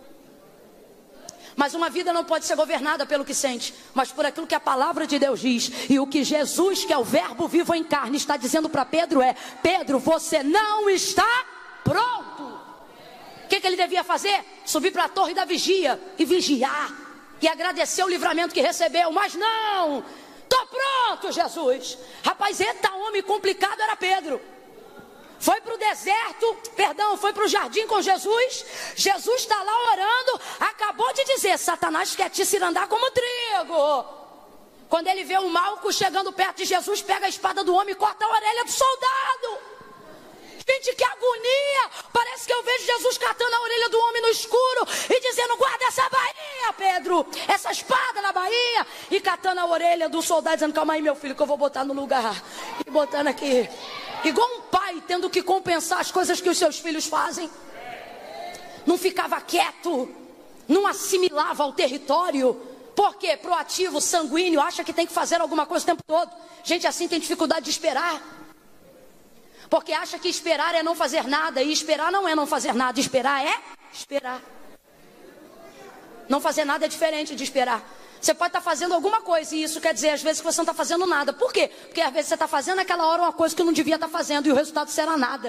Mas uma vida não pode ser governada pelo que sente, mas por aquilo que a palavra de Deus diz. E o que Jesus, que é o verbo vivo em carne, está dizendo para Pedro é: Pedro, você não está pronto. O que ele devia fazer? Subir para a torre da vigia e vigiar. E agradecer o livramento que recebeu. Mas não, estou pronto, Jesus. Rapaz, eita homem complicado era Pedro. Foi para o deserto, foi para o jardim com Jesus. Jesus está lá orando. Acabou de dizer, Satanás quer te cirandar como trigo. Quando ele vê o Malco chegando perto de Jesus, pega a espada do homem e corta a orelha do soldado. Gente, que agonia. Parece que eu vejo Jesus catando a orelha do homem no escuro e dizendo, guarda essa bainha, Pedro, essa espada na bainha. E catando a orelha do soldado, dizendo, calma aí, meu filho, que eu vou botar no lugar. E botando aqui. Igual um pai tendo que compensar as coisas que os seus filhos fazem. Não ficava quieto, não assimilava o território. Por quê? Proativo, sanguíneo, acha que tem que fazer alguma coisa o tempo todo. Gente assim tem dificuldade de esperar. Porque acha que esperar é não fazer nada. E esperar não é não fazer nada, esperar é esperar. Não fazer nada é diferente de esperar. Você pode estar fazendo alguma coisa e isso quer dizer às vezes que você não está fazendo nada. Por quê? Porque às vezes você está fazendo naquela hora uma coisa que não devia estar fazendo e o resultado será nada.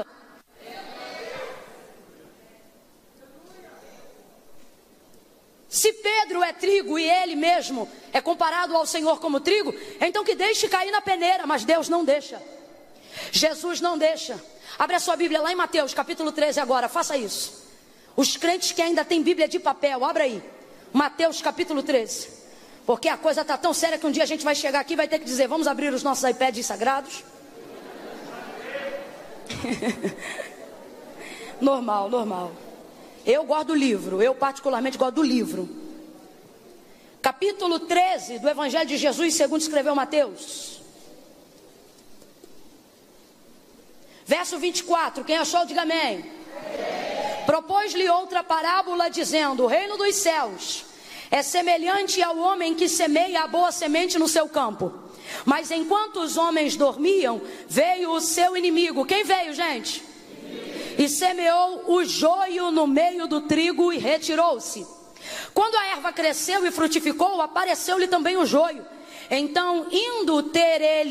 Se Pedro é trigo e ele mesmo é comparado ao Senhor como trigo, então que deixe cair na peneira, mas Deus não deixa. Jesus não deixa. Abre a sua Bíblia lá em Mateus capítulo 13 agora, faça isso. Os crentes que ainda têm Bíblia de papel, abra aí. Mateus capítulo 13. Porque a coisa está tão séria que um dia a gente vai chegar aqui e vai ter que dizer, vamos abrir os nossos iPads sagrados? Normal. Eu gosto do livro, eu particularmente gosto do livro. Capítulo 13 do Evangelho de Jesus, segundo escreveu Mateus. Verso 24, quem achou, diga amém. Propôs-lhe outra parábola, dizendo, o reino dos céus é semelhante ao homem que semeia a boa semente no seu campo. Mas enquanto os homens dormiam, veio o seu inimigo. Quem veio, gente? E semeou o joio no meio do trigo e retirou-se. Quando a erva cresceu e frutificou, apareceu-lhe também o joio. Então, indo ter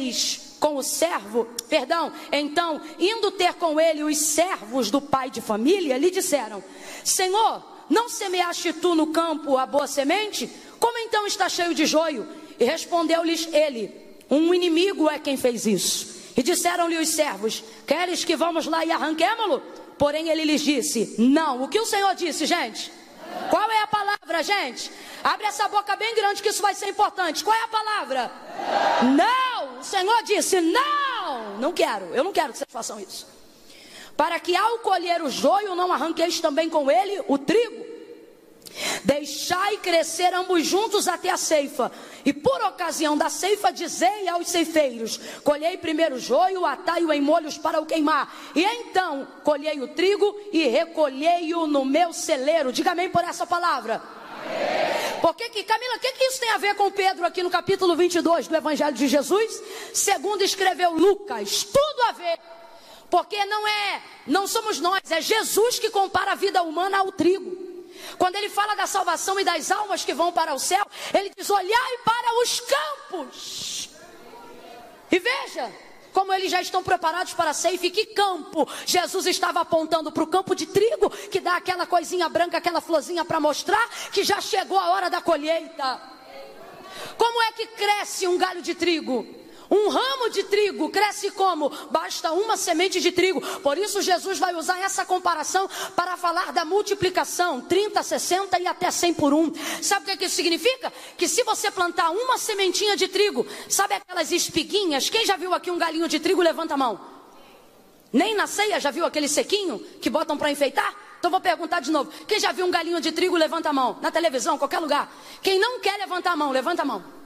com ele os servos do pai de família, lhe disseram, Senhor, não semeaste tu no campo a boa semente? Como então está cheio de joio? E respondeu-lhes ele, um inimigo é quem fez isso. E disseram-lhe os servos, queres que vamos lá e arranquemo-lo? Porém ele lhes disse, não. O que o Senhor disse, gente? Não. Qual é a palavra, gente? Abre essa boca bem grande que isso vai ser importante. Qual é a palavra? Não. O Senhor disse, não. Eu não quero que vocês façam isso. Para que ao colher o joio não arranqueis também com ele o trigo. Deixai crescer ambos juntos até a ceifa. E por ocasião da ceifa dizei aos ceifeiros, colhei primeiro o joio, atai-o em molhos para o queimar. E então colhei o trigo e recolhei-o no meu celeiro. Diga amém por essa palavra. Camila, o que isso tem a ver com Pedro aqui no capítulo 22 do Evangelho de Jesus? Segundo escreveu Lucas, tudo a ver. Porque não somos nós, é Jesus que compara a vida humana ao trigo. Quando ele fala da salvação e das almas que vão para o céu, ele diz, olhai para os campos. E veja como eles já estão preparados para a ceifa. E que campo? Jesus estava apontando para o campo de trigo, que dá aquela coisinha branca, aquela florzinha para mostrar que já chegou a hora da colheita. Como é que cresce um galho de trigo? Um ramo de trigo cresce como? Basta uma semente de trigo. Por isso Jesus vai usar essa comparação para falar da multiplicação, 30, 60 e até 100 por 1. Sabe o que isso significa? Que se você plantar uma sementinha de trigo, sabe aquelas espiguinhas? Quem já viu aqui um galinho de trigo, levanta a mão. Nem na ceia já viu aquele sequinho que botam para enfeitar? Então vou perguntar de novo. Quem já viu um galinho de trigo, levanta a mão. Na televisão, qualquer lugar. Quem não quer levantar a mão, levanta a mão.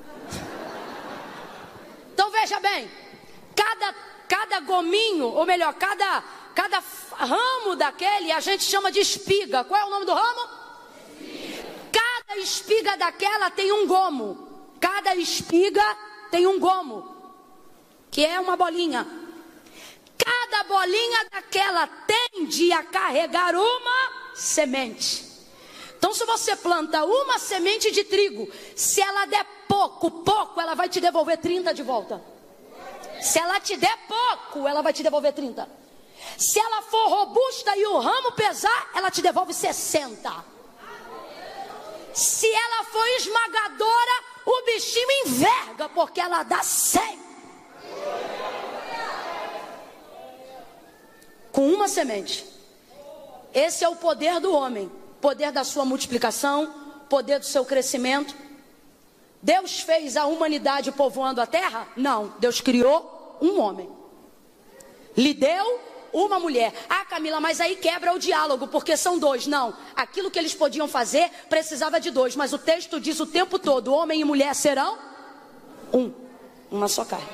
Então veja bem, cada gominho, ou melhor, cada ramo daquele a gente chama de espiga. Qual é o nome do ramo? Cada espiga daquela tem um gomo. Cada espiga tem um gomo, que é uma bolinha. Cada bolinha daquela tende a carregar uma semente. Então, se você planta uma semente de trigo, se ela der pouco, ela vai te devolver 30 de volta. Se ela te der pouco, ela vai te devolver 30. Se ela for robusta e o ramo pesar, ela te devolve 60. Se ela for esmagadora, o bichinho enverga, porque ela dá 100. Com uma semente. Esse é o poder do homem. Poder da sua multiplicação, poder do seu crescimento. Deus fez a humanidade povoando a terra? Não, Deus criou um homem. Lhe deu uma mulher. Ah, Camila, mas aí quebra o diálogo, porque são dois. Não, aquilo que eles podiam fazer precisava de dois, mas o texto diz o tempo todo: homem e mulher serão uma só carne.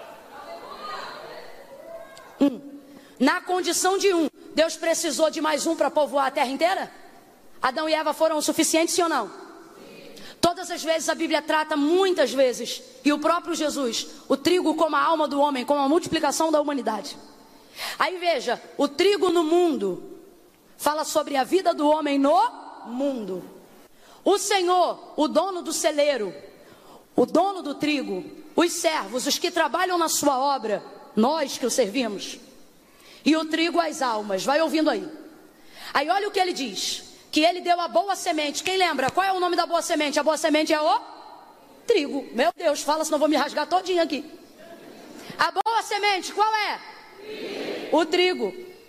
Na condição de Deus precisou de mais para povoar a terra inteira? Adão e Eva foram o suficiente, sim ou não? Todas as vezes a Bíblia trata, muitas vezes, e o próprio Jesus, o trigo como a alma do homem, como a multiplicação da humanidade. Aí veja, o trigo no mundo fala sobre a vida do homem no mundo. O Senhor, o dono do celeiro, o dono do trigo, os servos, os que trabalham na sua obra, nós que o servimos. E o trigo as almas, vai ouvindo aí. Aí olha o que ele diz, que ele deu a boa semente. Quem lembra? Qual é o nome da boa semente? A boa semente é o trigo. Meu Deus, fala, senão eu vou me rasgar todinho aqui. A boa semente, qual é? O trigo.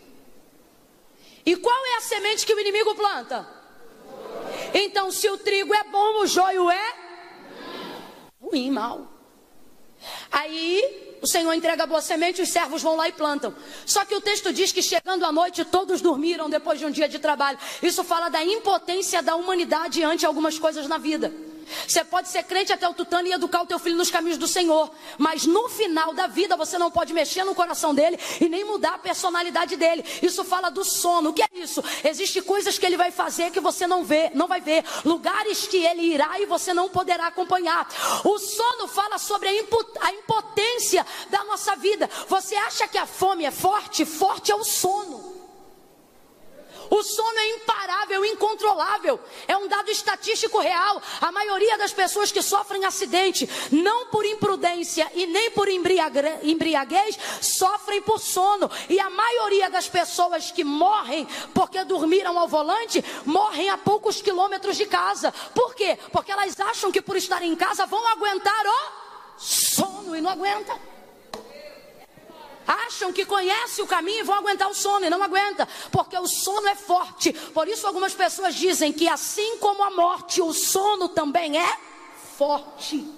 E qual é a semente que o inimigo planta? Então, se o trigo é bom, o joio é ruim, mal. Aí o Senhor entrega a boa semente, os servos vão lá e plantam. Só que o texto diz que chegando à noite todos dormiram depois de um dia de trabalho. Isso fala da impotência da humanidade ante algumas coisas na vida. Você pode ser crente até o tutano e educar o teu filho nos caminhos do Senhor, mas no final da vida você não pode mexer no coração dele e nem mudar a personalidade dele. Isso fala do sono. O que é isso? Existem coisas que ele vai fazer que você não vai ver, lugares que ele irá e você não poderá acompanhar. O sono fala sobre a impotência da nossa vida. Você acha que a fome é forte? Forte é o sono. O sono é imparável, incontrolável. É um dado estatístico real. A maioria das pessoas que sofrem acidente, não por imprudência e nem por embriaguez, sofrem por sono. E a maioria das pessoas que morrem porque dormiram ao volante, morrem a poucos quilômetros de casa. Por quê? Porque elas acham que por estarem em casa vão aguentar o sono e não aguentam. Acham que conhecem o caminho e vão aguentar o sono e não aguenta, porque o sono é forte. Por isso algumas pessoas dizem que assim como a morte, o sono também é forte.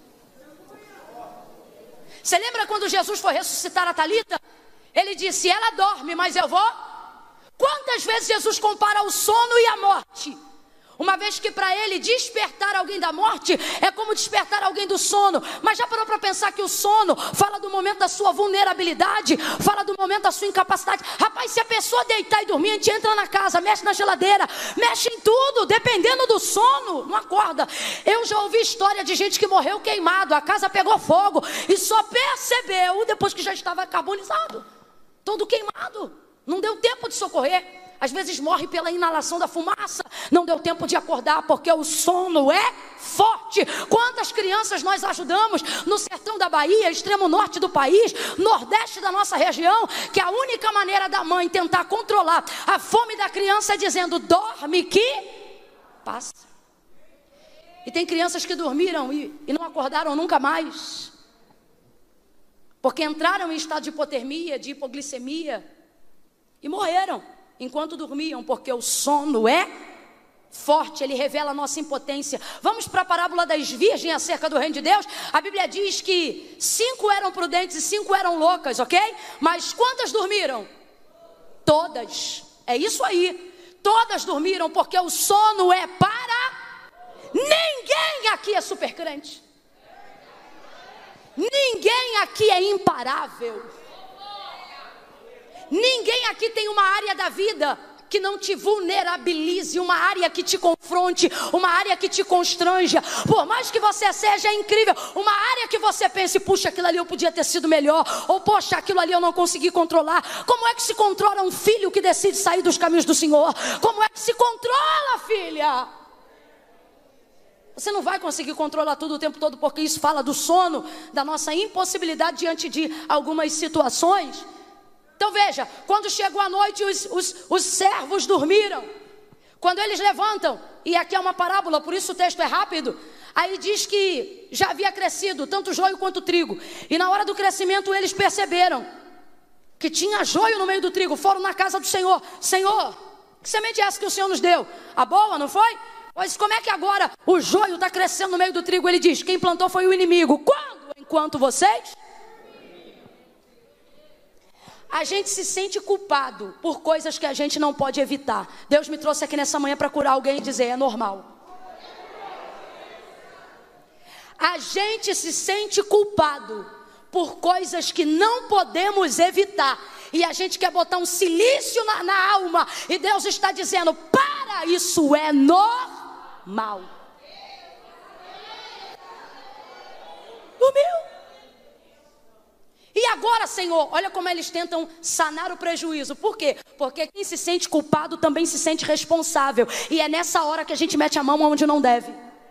Você lembra quando Jesus foi ressuscitar a Talita? Ele disse, ela dorme, mas eu vou. Quantas vezes Jesus compara o sono e a morte? Uma vez que para ele despertar alguém da morte é como despertar alguém do sono. Mas já parou para pensar que o sono fala do momento da sua vulnerabilidade, fala do momento da sua incapacidade. Rapaz, se a pessoa deitar e dormir, a gente entra na casa, mexe na geladeira, mexe em tudo, dependendo do sono, não acorda. Eu já ouvi história de gente que morreu queimado, a casa pegou fogo e só percebeu depois que já estava carbonizado, todo queimado, não deu tempo de socorrer. Às vezes morre pela inalação da fumaça. Não deu tempo de acordar porque o sono é forte. Quantas crianças nós ajudamos no sertão da Bahia, extremo norte do país, nordeste da nossa região, que a única maneira da mãe tentar controlar a fome da criança é dizendo, dorme que passa. E tem crianças que dormiram e não acordaram nunca mais, porque entraram em estado de hipotermia, de hipoglicemia e morreram enquanto dormiam, porque o sono é forte, ele revela a nossa impotência. Vamos para a parábola das virgens acerca do reino de Deus. A Bíblia diz que 5 eram prudentes e 5 eram loucas, ok? Mas quantas dormiram? Todas. É isso aí. Todas dormiram, porque o sono é para... Ninguém aqui é super crente. Ninguém aqui é imparável. Ninguém aqui tem uma área da vida que não te vulnerabilize, uma área que te confronte, uma área que te constranja. Por mais que você seja incrível, uma área que você pense, puxa, aquilo ali eu podia ter sido melhor, ou poxa, aquilo ali eu não consegui controlar. Como é que se controla um filho que decide sair dos caminhos do Senhor? Como é que se controla, filha? Você não vai conseguir controlar tudo o tempo todo, porque isso fala do sono, da nossa impossibilidade diante de algumas situações. Então veja, quando chegou a noite, os servos dormiram. Quando eles levantam, e aqui é uma parábola, por isso o texto é rápido. Aí diz que já havia crescido tanto joio quanto trigo. E na hora do crescimento eles perceberam que tinha joio no meio do trigo. Foram na casa do Senhor. Senhor, que semente é essa que o Senhor nos deu? A boa, não foi? Mas como é que agora o joio está crescendo no meio do trigo? Ele diz, quem plantou foi o inimigo. Quando? Enquanto vocês... A gente se sente culpado por coisas que a gente não pode evitar. Deus me trouxe aqui nessa manhã para curar alguém e dizer, é normal. A gente se sente culpado por coisas que não podemos evitar. E a gente quer botar um silício na alma. E Deus está dizendo, para, isso é normal. Dormiu. E agora, Senhor, olha como eles tentam sanar o prejuízo. Por quê? Porque quem se sente culpado também se sente responsável. E é nessa hora que a gente mete a mão onde não deve.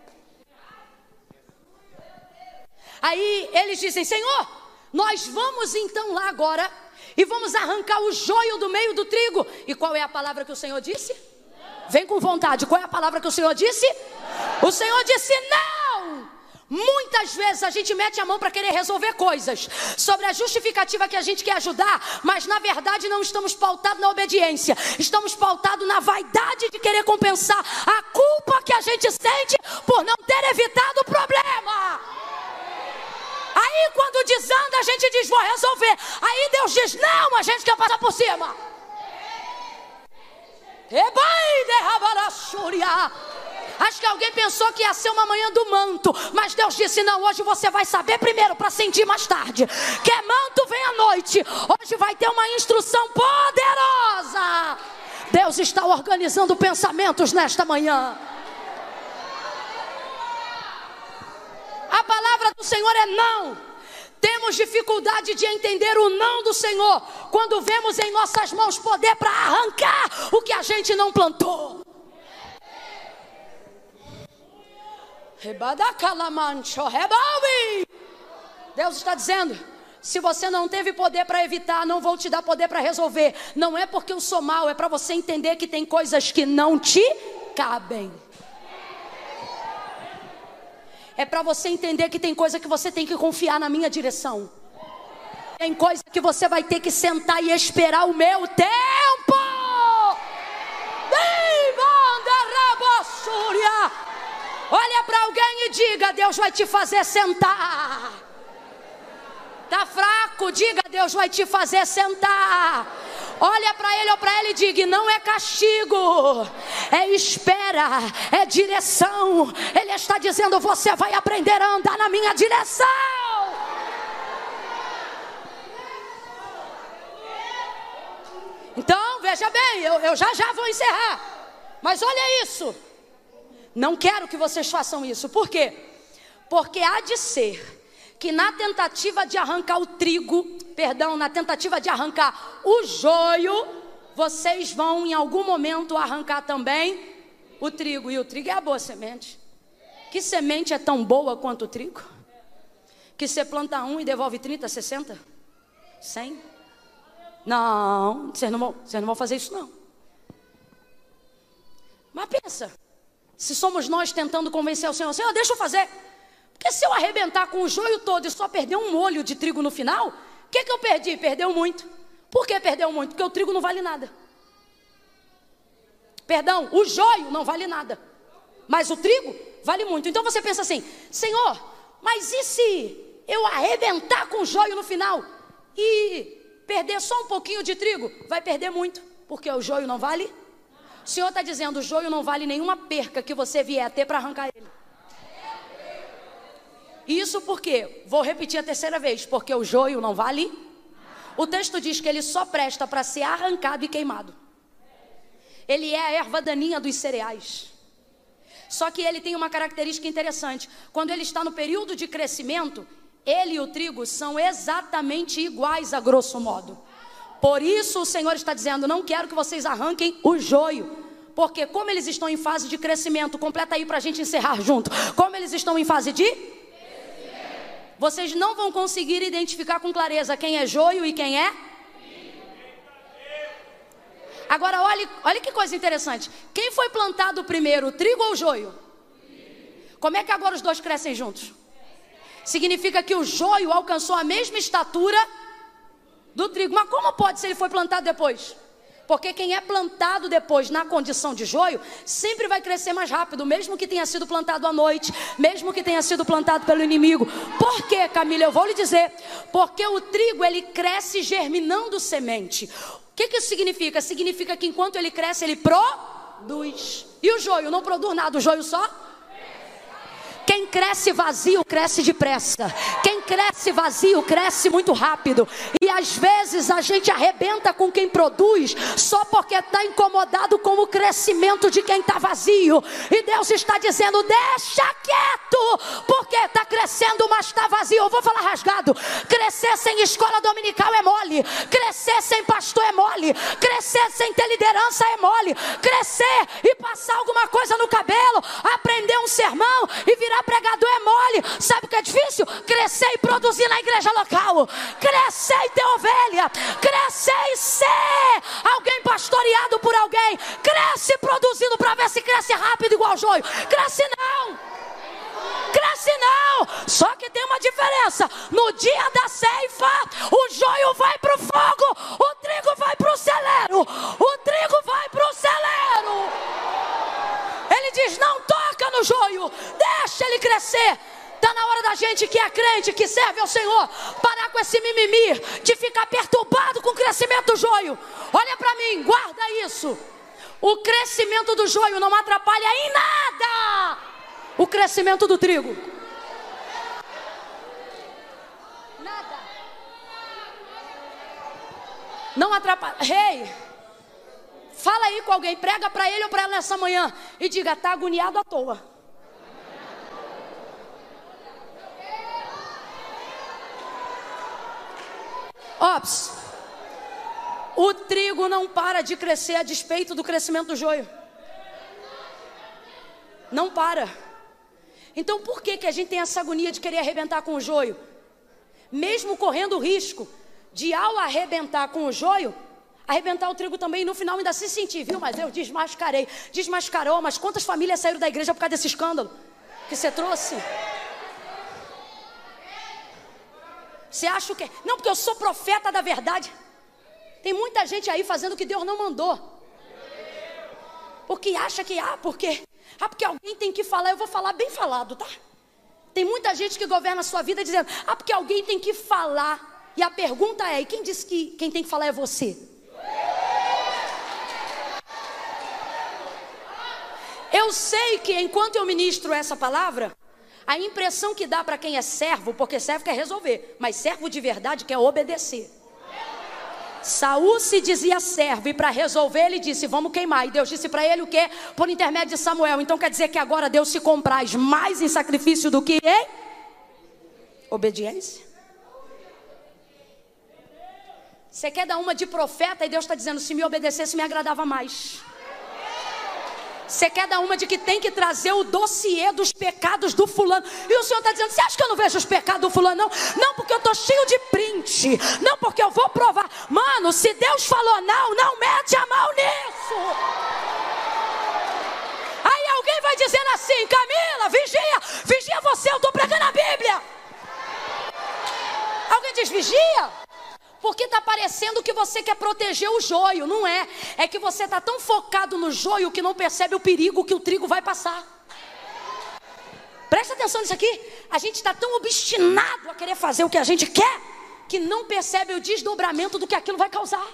Aí eles dizem, Senhor, nós vamos então lá agora e vamos arrancar o joio do meio do trigo. E qual é a palavra que o Senhor disse? Vem com vontade. Qual é a palavra que o Senhor disse? O Senhor disse não! Muitas vezes a gente mete a mão para querer resolver coisas sobre a justificativa que a gente quer ajudar, mas na verdade não estamos pautados na obediência. Estamos pautados na vaidade de querer compensar a culpa que a gente sente por não ter evitado o problema. Aí quando desanda a gente diz, vou resolver. Aí Deus diz, não, a gente quer passar por cima. Acho que alguém pensou que ia ser uma manhã do manto, mas Deus disse, não, hoje você vai saber primeiro para sentir mais tarde. Quer manto, vem à noite. Hoje vai ter uma instrução poderosa. Deus está organizando pensamentos nesta manhã. A palavra do Senhor é não. Temos dificuldade de entender o não do Senhor quando vemos em nossas mãos poder para arrancar o que a gente não plantou. Deus está dizendo, se você não teve poder para evitar, não vou te dar poder para resolver. Não é porque eu sou mau, é para você entender que tem coisas que não te cabem. É para você entender que tem coisa que você tem que confiar na minha direção. Tem coisa que você vai ter que sentar e esperar o meu tempo. Olha para alguém e diga, Deus vai te fazer sentar. Tá fraco? Diga, Deus vai te fazer sentar. Olha para ele ou para ela e diga, não é castigo, é espera, é direção. Ele está dizendo, você vai aprender a andar na minha direção. Então, veja bem, eu já vou encerrar. Mas olha isso. Não quero que vocês façam isso. Por quê? Porque há de ser que na tentativa de arrancar o trigo, na tentativa de arrancar o joio, vocês vão em algum momento arrancar também o trigo. E o trigo é a boa semente. Que semente é tão boa quanto o trigo? Que você planta 1 e devolve 30, 60, 100? Não, vocês não vão fazer isso não. Mas pensa, se somos nós tentando convencer o Senhor, Senhor, deixa eu fazer. Porque se eu arrebentar com o joio todo e só perder um molho de trigo no final, o que eu perdi? Perdeu muito. Por que perdeu muito? Porque o trigo não vale nada. Perdão, o joio não vale nada. Mas o trigo vale muito. Então você pensa assim, Senhor, mas e se eu arrebentar com o joio no final e perder só um pouquinho de trigo? Vai perder muito, porque o joio não vale. O Senhor está dizendo, o joio não vale nenhuma perca que você vier a ter para arrancar ele. Isso porque, vou repetir a terceira vez, porque o joio não vale. O texto diz que ele só presta para ser arrancado e queimado. Ele é a erva daninha dos cereais. Só que ele tem uma característica interessante. Quando ele está no período de crescimento, ele e o trigo são exatamente iguais a grosso modo. Por isso o Senhor está dizendo, não quero que vocês arranquem o joio. Porque como eles estão em fase de crescimento, completa aí para a gente encerrar junto. Como eles estão em fase de crescimento, vocês não vão conseguir identificar com clareza quem é joio e quem é. Agora olha que coisa interessante. Quem foi plantado primeiro, o trigo ou o joio? Como é que agora os dois crescem juntos? Significa que o joio alcançou a mesma estatura do trigo. Mas como pode se ele foi plantado depois? Porque quem é plantado depois na condição de joio sempre vai crescer mais rápido, mesmo que tenha sido plantado à noite, mesmo que tenha sido plantado pelo inimigo. Por quê, Camila? Eu vou lhe dizer. Porque o trigo, ele cresce germinando semente. O que isso significa? Significa que enquanto ele cresce, ele produz. E o joio não produz nada, o joio só? Quem cresce vazio, cresce depressa. Quem cresce vazio, cresce muito rápido. E às vezes a gente arrebenta com quem produz, só porque está incomodado com o crescimento de quem está vazio. E Deus está dizendo, deixa quieto, porque está crescendo, mas está vazio. Eu vou falar rasgado. Crescer sem escola dominical é mole. Crescer sem pastor é mole. Crescer sem ter liderança é mole. Crescer e passar alguma coisa no cabelo, aprender um sermão e virar pregador é mole. Sabe o que é difícil? Crescer e produzir na igreja local. Crescer e ter ovelha. Crescer e ser alguém pastoreado por alguém. Cresce produzindo para ver se cresce rápido igual joio. Cresce não. Cresce não. Só que tem uma diferença. No dia da ceifa, o joio vai para o fogo, o trigo vai para o celeiro. O trigo vai para o celeiro. Ele diz, não toca no joio, deixa ele crescer. Está na hora da gente que é crente, que serve ao Senhor, parar com esse mimimi, de ficar perturbado com o crescimento do joio. Olha para mim, guarda isso. O crescimento do joio não atrapalha em nada o crescimento do trigo. Nada. Não atrapalha. Rei, fala aí com alguém, prega para ele ou para ela nessa manhã e diga, está agoniado à toa. Ops, o trigo não para de crescer a despeito do crescimento do joio. Não para. Então por que a gente tem essa agonia de querer arrebentar com o joio? Mesmo correndo o risco de, ao arrebentar com o joio, arrebentar o trigo também e no final ainda se sentir, viu? Mas eu desmascarei. Desmascarou, mas quantas famílias saíram da igreja por causa desse escândalo que você trouxe? Você acha que... Não, porque eu sou profeta da verdade. Tem muita gente aí fazendo o que Deus não mandou. Porque acha que... porque alguém tem que falar. Eu vou falar bem falado, tá? Tem muita gente que governa a sua vida dizendo, porque alguém tem que falar. E a pergunta é, e quem disse que quem tem que falar é você? Eu sei que enquanto eu ministro essa palavra, a impressão que dá para quem é servo, porque servo quer resolver, mas servo de verdade quer obedecer. Saul se dizia servo e para resolver ele disse, vamos queimar. E Deus disse para ele o quê? Por intermédio de Samuel. Então quer dizer que agora Deus se compraz mais em sacrifício do que em obediência? Você quer dar uma de profeta e Deus está dizendo, se me obedecesse me agradava mais. Você quer dar uma de que tem que trazer o dossiê dos pecados do fulano. E o Senhor está dizendo, você acha que eu não vejo os pecados do fulano? Não, não, porque eu estou cheio de print. Não, porque eu vou provar. Mano, se Deus falou não mete a mão nisso. Aí alguém vai dizendo assim, Camila, vigia você, eu estou pregando a Bíblia. Alguém diz, vigia? Porque está parecendo que você quer proteger o joio, não é? É que você está tão focado no joio que não percebe o perigo que o trigo vai passar. Presta atenção nisso aqui. A gente está tão obstinado a querer fazer o que a gente quer, que não percebe o desdobramento do que aquilo vai causar.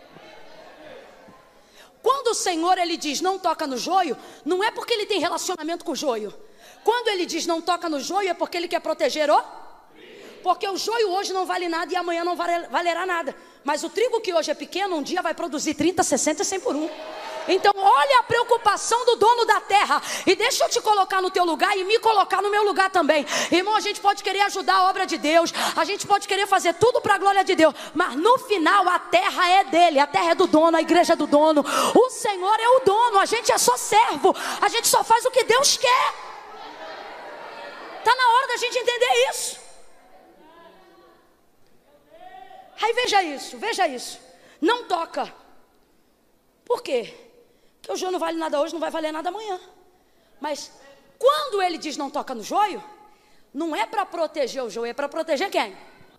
Quando o Senhor ele diz não toca no joio, não é porque ele tem relacionamento com o joio. Quando ele diz não toca no joio, é porque ele quer proteger o... Porque o joio hoje não vale nada e amanhã não valerá nada. Mas o trigo que hoje é pequeno, um dia vai produzir 30, 60 e 100 por 1. Então olha a preocupação do dono da terra. E deixa eu te colocar no teu lugar e me colocar no meu lugar também. Irmão, a gente pode querer ajudar a obra de Deus, a gente pode querer fazer tudo para a glória de Deus, mas no final a terra é dele, a terra é do dono, a igreja é do dono, o Senhor é o dono, a gente é só servo, a gente só faz o que Deus quer. Está na hora da gente entender isso. Aí veja isso. Não toca. Por quê? Porque o joio não vale nada hoje, não vai valer nada amanhã. Mas quando ele diz não toca no joio, não é para proteger o joio, é para proteger quem?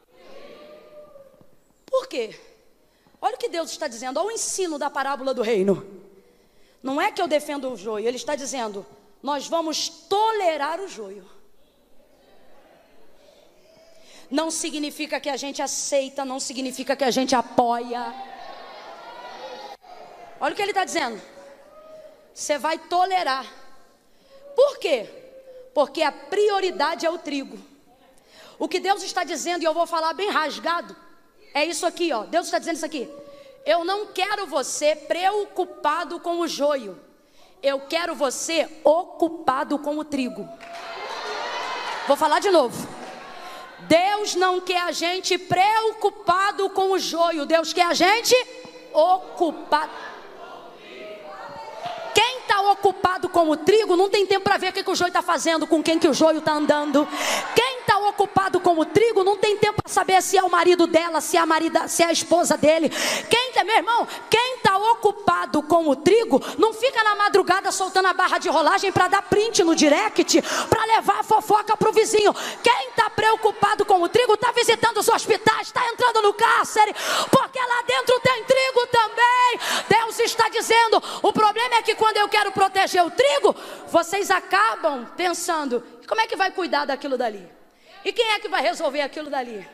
Por quê? Olha o que Deus está dizendo, olha o ensino da parábola do reino. Não é que eu defendo o joio, ele está dizendo, nós vamos tolerar o joio. Não significa que a gente aceita, não significa que a gente apoia. Olha o que ele está dizendo. Você vai tolerar. Por quê? Porque a prioridade é o trigo. O que Deus está dizendo, e eu vou falar bem rasgado, é isso aqui, ó. Deus está dizendo isso aqui. Eu não quero você preocupado com o joio. Eu quero você ocupado com o trigo. Vou falar de novo. Deus não quer a gente preocupado com o joio. Deus quer a gente ocupado. Quem está ocupado com o trigo não tem tempo para ver o que o joio está fazendo, com quem que o joio está andando. Quem está ocupado com o trigo não tem tempo para saber se é o marido dela, se é a esposa dele. Meu irmão, quem está ocupado com o trigo não fica na madrugada soltando a barra de rolagem para dar print no direct, para levar a fofoca para o vizinho. Quem está preocupado com o trigo está visitando os hospitais, está entrando no cárcere, porque lá dentro tem trigo também. Deus está dizendo, o problema é que quando eu quero proteger o trigo, vocês acabam pensando, como é que vai cuidar daquilo dali? E quem é que vai resolver aquilo dali?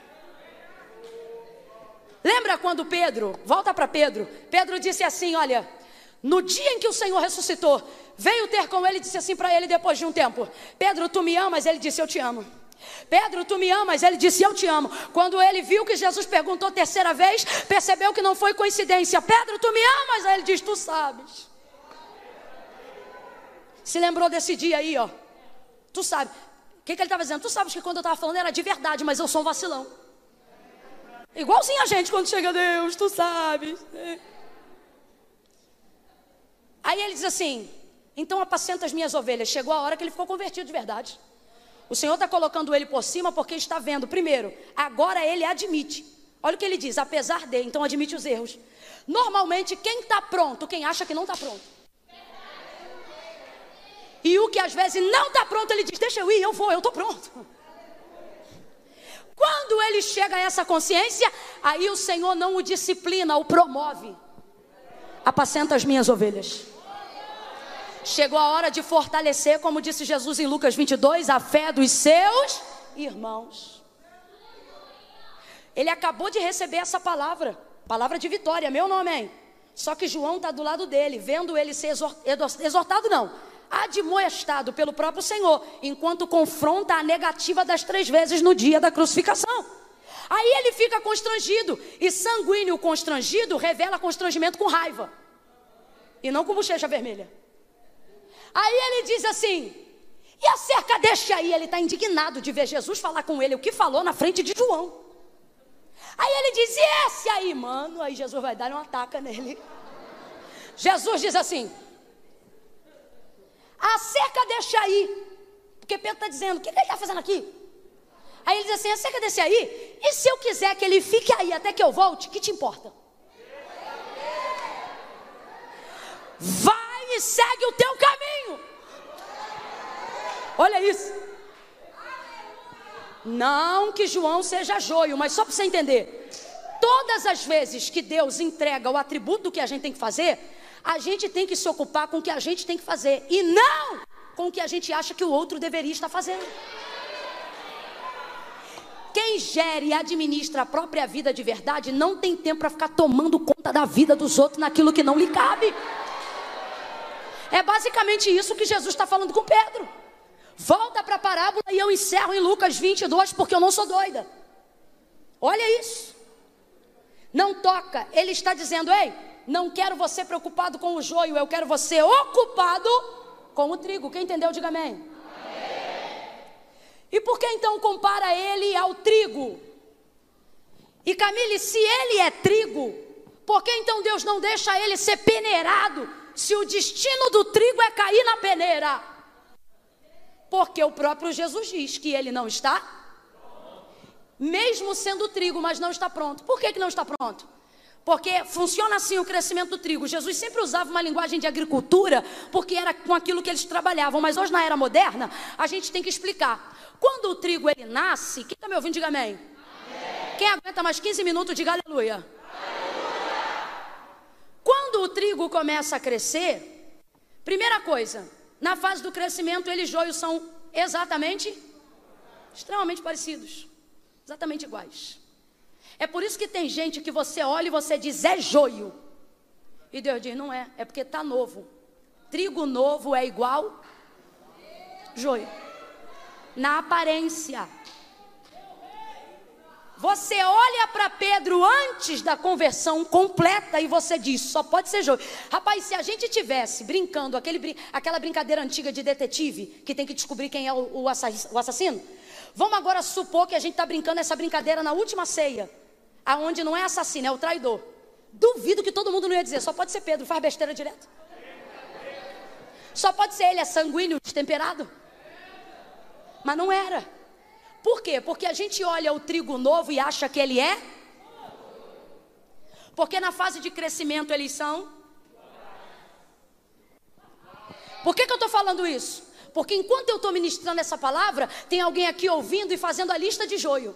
Lembra quando Pedro, volta para Pedro, Pedro disse assim, olha, no dia em que o Senhor ressuscitou, veio ter com ele e disse assim para ele depois de um tempo, Pedro, tu me amas? Ele disse, eu te amo. Pedro, tu me amas? Ele disse, eu te amo. Quando ele viu que Jesus perguntou terceira vez, percebeu que não foi coincidência. Pedro, tu me amas? Aí ele diz, tu sabes. Se lembrou desse dia aí, ó. Tu sabe. O que ele estava dizendo? Tu sabes que quando eu estava falando era de verdade, mas eu sou um vacilão. Igualzinho a gente quando chega a Deus, tu sabes. Aí ele diz assim, então apacenta as minhas ovelhas. Chegou a hora que ele ficou convertido de verdade. O Senhor está colocando ele por cima porque está vendo. Primeiro, agora ele admite. Olha o que ele diz, apesar de, então admite os erros. Normalmente quem está pronto, quem acha que não está pronto. E o que às vezes não está pronto, ele diz, deixa eu ir, eu vou, eu estou pronto. Quando ele chega a essa consciência, aí o Senhor não o disciplina, o promove. Apacenta as minhas ovelhas. Chegou a hora de fortalecer, como disse Jesus em Lucas 22, a fé dos seus irmãos. Ele acabou de receber essa palavra, palavra de vitória, meu nome, hein? Só que João está do lado dele, vendo ele ser exortado não, admoestado pelo próprio Senhor, enquanto confronta a negativa das 3 vezes no dia da crucificação. Aí ele fica constrangido, e sanguíneo constrangido revela constrangimento com raiva, e não com bochecha vermelha. Aí ele diz assim, e acerca deste aí, ele está indignado de ver Jesus falar com ele, o que falou na frente de João. Aí ele diz, e esse aí, mano? Aí Jesus vai dar um ataque nele. Jesus diz assim, acerca deste aí, porque Pedro está dizendo, o que ele está fazendo aqui? Aí ele diz assim, acerca desse aí, e se eu quiser que ele fique aí até que eu volte, que te importa? Vai e segue o teu caminho. Olha isso. Não que João seja joio, mas só para você entender, todas as vezes que Deus entrega o atributo do que a gente tem que fazer, a gente tem que se ocupar com o que a gente tem que fazer, e não com o que a gente acha que o outro deveria estar fazendo. Quem gere e administra a própria vida de verdade não tem tempo para ficar tomando conta da vida dos outros naquilo que não lhe cabe. É basicamente isso que Jesus está falando com Pedro. Volta para a parábola e eu encerro em Lucas 22, porque eu não sou doida. Olha isso. Não toca. Ele está dizendo, ei, não quero você preocupado com o joio, eu quero você ocupado com o trigo. Quem entendeu, diga amém. E por que então compara ele ao trigo? E Camille, se ele é trigo, por que então Deus não deixa ele ser peneirado, se o destino do trigo é cair na peneira? Porque o próprio Jesus diz que ele não está, mesmo sendo trigo, mas não está pronto. Por que não está pronto? Porque funciona assim o crescimento do trigo. Jesus sempre usava uma linguagem de agricultura, porque era com aquilo que eles trabalhavam. Mas hoje, na era moderna, a gente tem que explicar. Quando o trigo ele nasce, quem está me ouvindo, diga amém. Quem aguenta mais 15 minutos, diga aleluia. Quando o trigo começa a crescer, primeira coisa, na fase do crescimento, ele e joio são extremamente parecidos, exatamente iguais. É por isso que tem gente que você olha e você diz, é joio. E Deus diz, não é, é porque está novo. Trigo novo é igual joio. Na aparência. Você olha para Pedro antes da conversão completa e você diz, só pode ser joio. Rapaz, se a gente tivesse brincando, aquela brincadeira antiga de detetive, que tem que descobrir quem é o assassino, vamos agora supor que a gente está brincando essa brincadeira na última ceia, aonde não é assassino, é o traidor. Duvido que todo mundo não ia dizer, só pode ser Pedro, faz besteira direto. Só pode ser ele, é sanguíneo, destemperado. Mas não era. Por quê? Porque a gente olha o trigo novo e acha que ele é. Porque na fase de crescimento eles são. Por que eu estou falando isso? Porque enquanto eu estou ministrando essa palavra, tem alguém aqui ouvindo e fazendo a lista de joio.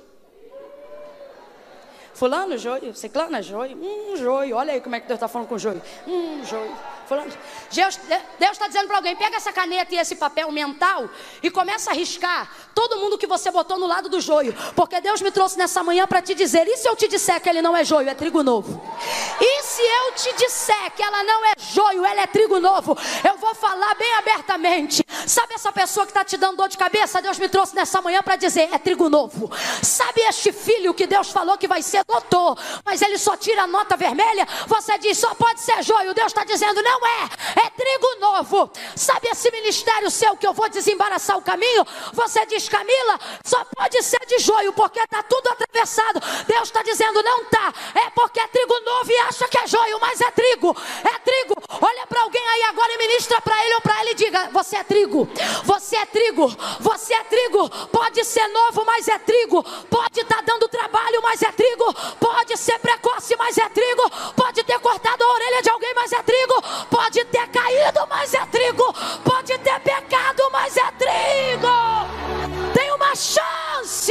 Fulano, joio. Ciclana, joio. Joio. Olha aí como é que Deus está falando com joio. Joio. Fulano. Deus está dizendo para alguém, pega essa caneta e esse papel mental e começa a riscar todo mundo que você botou no lado do joio. Porque Deus me trouxe nessa manhã para te dizer, e se eu te disser que ele não é joio, é trigo novo? E se eu te disser que ela não é joio, ela é trigo novo? Eu vou falar bem abertamente. Sabe essa pessoa que está te dando dor de cabeça? Deus me trouxe nessa manhã para dizer, é trigo novo. Sabe este filho que Deus falou que vai ser doutor, mas ele só tira a nota vermelha? Você diz, só pode ser joio. Deus está dizendo, não é trigo novo. Sabe esse ministério seu que eu vou desembaraçar o caminho? Você diz, Camila, só pode ser de joio, porque está tudo atravessado. Deus está dizendo, não está, é porque é trigo novo e acha que é joio, mas é trigo. Olha para alguém aí agora e ministra para ele ou para ela e diga, você é trigo, você é trigo, você é trigo. Pode ser novo, mas é trigo. Pode estar dando trabalho, mas é trigo. Pode ser precoce, mas é trigo. Pode ter cortado a orelha de alguém, mas é trigo. Pode ter caído, mas é trigo. Pode ter pecado, mas é trigo. Tem uma chance.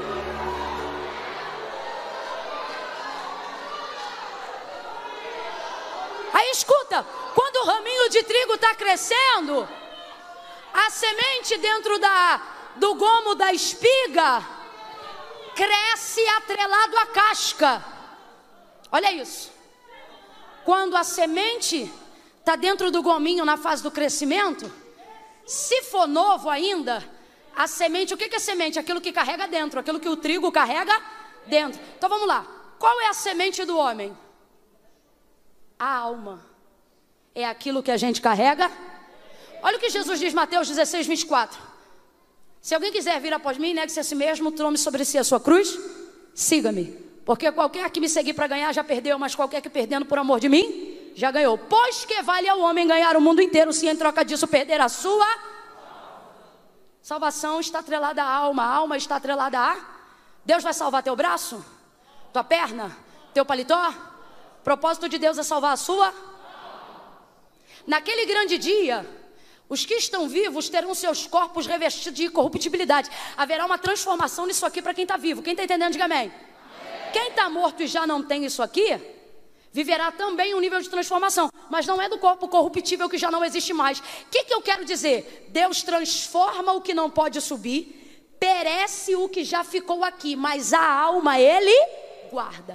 Aí escuta, quando o raminho de trigo está crescendo, a semente dentro do gomo da espiga cresce atrelado à casca. Olha isso. Quando a semente está dentro do gominho na fase do crescimento, se for novo ainda, a semente, o que é semente? Aquilo que carrega dentro, aquilo que o trigo carrega dentro. Então vamos lá, qual é a semente do homem? A alma. É aquilo que a gente carrega. Olha o que Jesus diz, Mateus 16, 24. Se alguém quiser vir após mim, negue-se a si mesmo, tome sobre si a sua cruz, siga-me. Porque qualquer que me seguir para ganhar já perdeu, mas qualquer que perdendo por amor de mim, já ganhou. Pois que vale ao homem ganhar o mundo inteiro, se em troca disso perder a sua salvação. Está atrelada à alma, a alma está atrelada a... Deus vai salvar teu braço, tua perna, teu paletó? O propósito de Deus é salvar a sua. Naquele grande dia, os que estão vivos terão seus corpos revestidos de incorruptibilidade. Haverá uma transformação nisso aqui para quem está vivo. Quem está entendendo, diga amém. Quem está morto e já não tem isso aqui, viverá também um nível de transformação, mas não é do corpo corruptível que já não existe mais. O que eu quero dizer? Deus transforma o que não pode subir, perece o que já ficou aqui, mas a alma Ele guarda.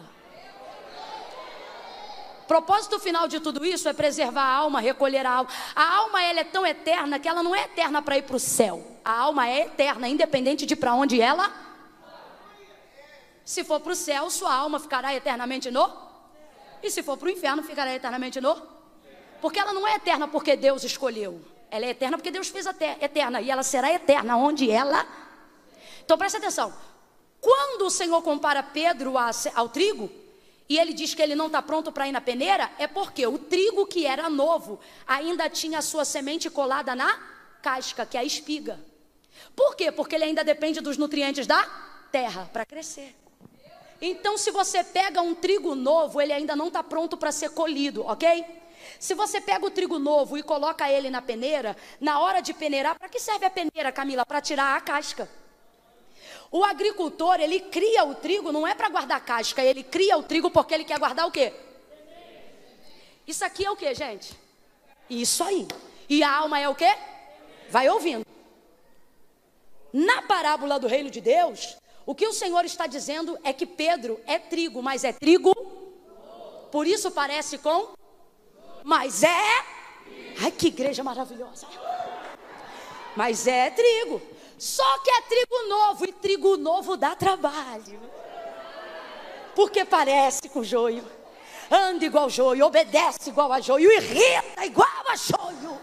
O propósito final de tudo isso é preservar a alma, recolher a alma. A alma ela é tão eterna que ela não é eterna para ir para o céu. A alma é eterna, independente de para onde ela... Se for para o céu, sua alma ficará eternamente no... E se for para o inferno, ficará eternamente no... Porque ela não é eterna porque Deus escolheu. Ela é eterna porque Deus fez a terra eterna. E ela será eterna onde ela... Então presta atenção. Quando o Senhor compara Pedro ao trigo, e ele diz que ele não está pronto para ir na peneira, é porque o trigo que era novo ainda tinha a sua semente colada na casca, que é a espiga. Por quê? Porque ele ainda depende dos nutrientes da terra para crescer. Então, se você pega um trigo novo, ele ainda não está pronto para ser colhido, ok? Se você pega o trigo novo e coloca ele na peneira, na hora de peneirar, para que serve a peneira, Camila? Para tirar a casca. O agricultor, ele cria o trigo, não é para guardar casca, ele cria o trigo porque ele quer guardar o quê? Isso aqui é o quê, gente? Isso aí. E a alma é o quê? Vai ouvindo. Na parábola do reino de Deus, o que o Senhor está dizendo é que Pedro é trigo, mas é trigo, por isso parece com, mas é, ai que igreja maravilhosa, mas é trigo, só que é trigo novo, e trigo novo dá trabalho, porque parece com joio, anda igual joio, obedece igual a joio, irrita igual a joio.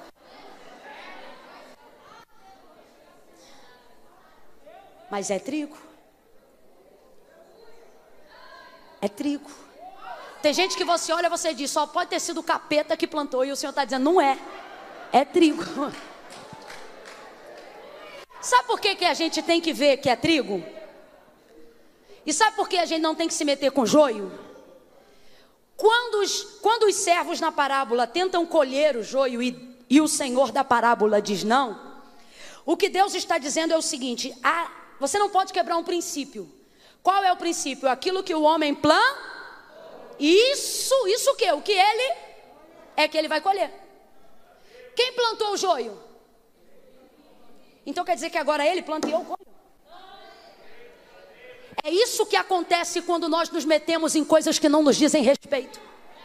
Mas é trigo. É trigo. Tem gente que você olha, você diz, só pode ter sido o capeta que plantou. E o Senhor está dizendo, não é. É trigo. Sabe por que a gente tem que ver que é trigo? E sabe por que a gente não tem que se meter com joio? Quando os servos na parábola tentam colher o joio e o Senhor da parábola diz não, o que Deus está dizendo é o seguinte, você não pode quebrar um princípio. Qual é o princípio? Aquilo que o homem planta, isso o quê? O que ele é que ele vai colher. Quem plantou o joio? Então quer dizer que agora ele planta e eu colho? É isso que acontece quando nós nos metemos em coisas que não nos dizem respeito.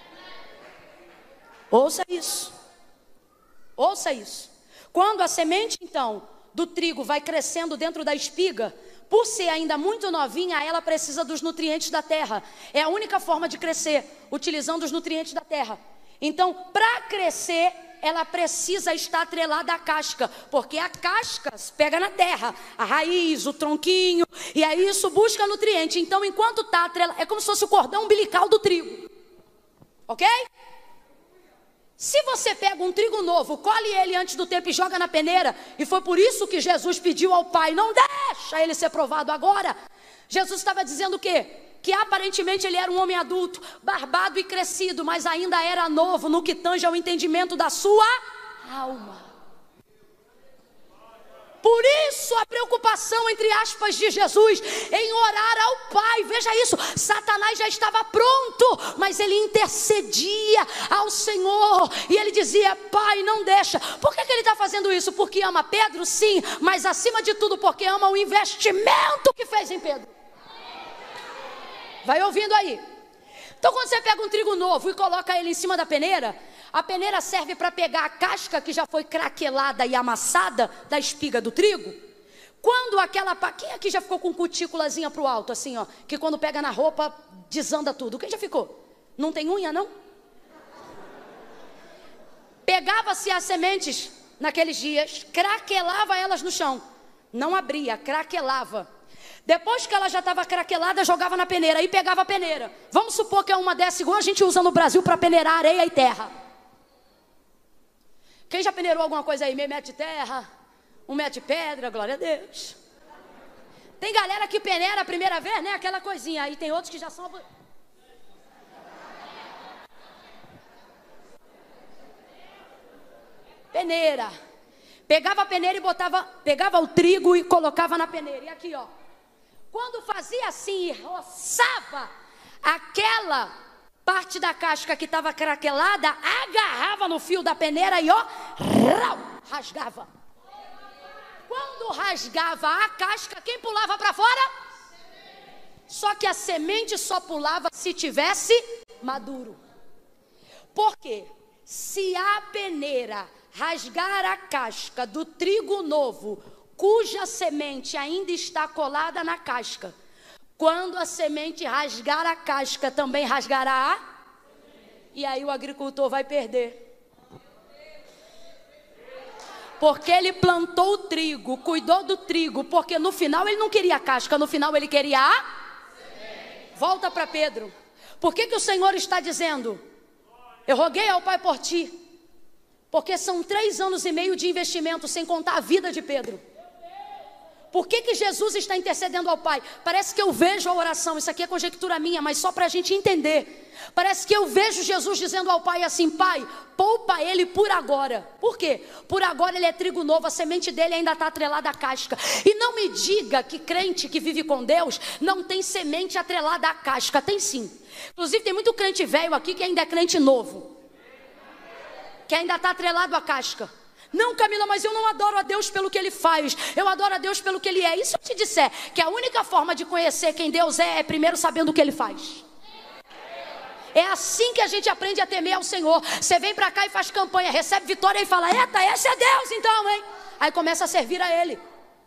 Ouça isso. Ouça isso. Quando a semente, então, do trigo vai crescendo dentro da espiga, por ser ainda muito novinha, ela precisa dos nutrientes da terra. É a única forma de crescer, utilizando os nutrientes da terra. Então, para crescer, ela precisa estar atrelada à casca, porque a casca pega na terra, a raiz, o tronquinho, e aí isso busca nutriente. Então, enquanto está atrelada, é como se fosse o cordão umbilical do trigo. Ok? Se você pega um trigo novo, colhe ele antes do tempo e joga na peneira, e foi por isso que Jesus pediu ao Pai, não deixa ele ser provado agora. Jesus estava dizendo o quê? Que aparentemente ele era um homem adulto, barbado e crescido, mas ainda era novo no que tange ao entendimento da sua alma. Por isso a preocupação, entre aspas, de Jesus em orar ao Pai. Veja isso, Satanás já estava pronto, mas ele intercedia ao Senhor. E ele dizia, Pai, não deixa. Por que ele está fazendo isso? Porque ama Pedro? Sim, mas acima de tudo porque ama o investimento que fez em Pedro. Vai ouvindo aí. Então quando você pega um trigo novo e coloca ele em cima da peneira, a peneira serve para pegar a casca que já foi craquelada e amassada da espiga do trigo. Quando quem aqui já ficou com cutículazinha para o alto, assim, ó, que quando pega na roupa desanda tudo? Quem já ficou? Não tem unha, não? Pegava-se as sementes naqueles dias, craquelava elas no chão, não abria, craquelava. Depois que ela já estava craquelada, jogava na peneira e pegava a peneira. Vamos supor que é uma dessa igual a gente usa no Brasil para peneirar areia e terra. Quem já peneirou alguma coisa aí? Meio metro de terra, 1 metro de pedra, glória a Deus. Tem galera que peneira a primeira vez, né? Aquela coisinha. Aí tem outros que já são... Peneira. Pegava a peneira e pegava o trigo e colocava na peneira. E aqui, ó. Quando fazia assim e roçava aquela parte da casca que estava craquelada, agarrava no fio da peneira e ó, rasgava. Quando rasgava a casca, quem pulava para fora? Só que a semente só pulava se tivesse maduro. Por quê? Se a peneira rasgar a casca do trigo novo, cuja semente ainda está colada na casca, quando a semente rasgar a casca, também rasgará E aí o agricultor vai perder. Porque ele plantou o trigo, cuidou do trigo, porque no final ele não queria a casca, no final ele queria a... Volta para Pedro. Por que o Senhor está dizendo? Eu roguei ao Pai por ti. Porque são 3 anos e meio de investimento, sem contar a vida de Pedro. Por que Jesus está intercedendo ao Pai? Parece que eu vejo a oração, isso aqui é conjectura minha, mas só para a gente entender. Parece que eu vejo Jesus dizendo ao Pai assim: Pai, poupa ele por agora. Por quê? Por agora ele é trigo novo, a semente dele ainda está atrelada à casca. E não me diga que crente que vive com Deus não tem semente atrelada à casca. Tem sim. Inclusive tem muito crente velho aqui que ainda é crente novo, que ainda está atrelado à casca. Não, Camila, mas eu não adoro a Deus pelo que Ele faz. Eu adoro a Deus pelo que Ele é. E se eu te disser que a única forma de conhecer quem Deus é primeiro sabendo o que Ele faz? É assim que a gente aprende a temer ao Senhor. Você vem pra cá e faz campanha, recebe vitória e fala: eita, esse é Deus então, hein? Aí começa a servir a Ele.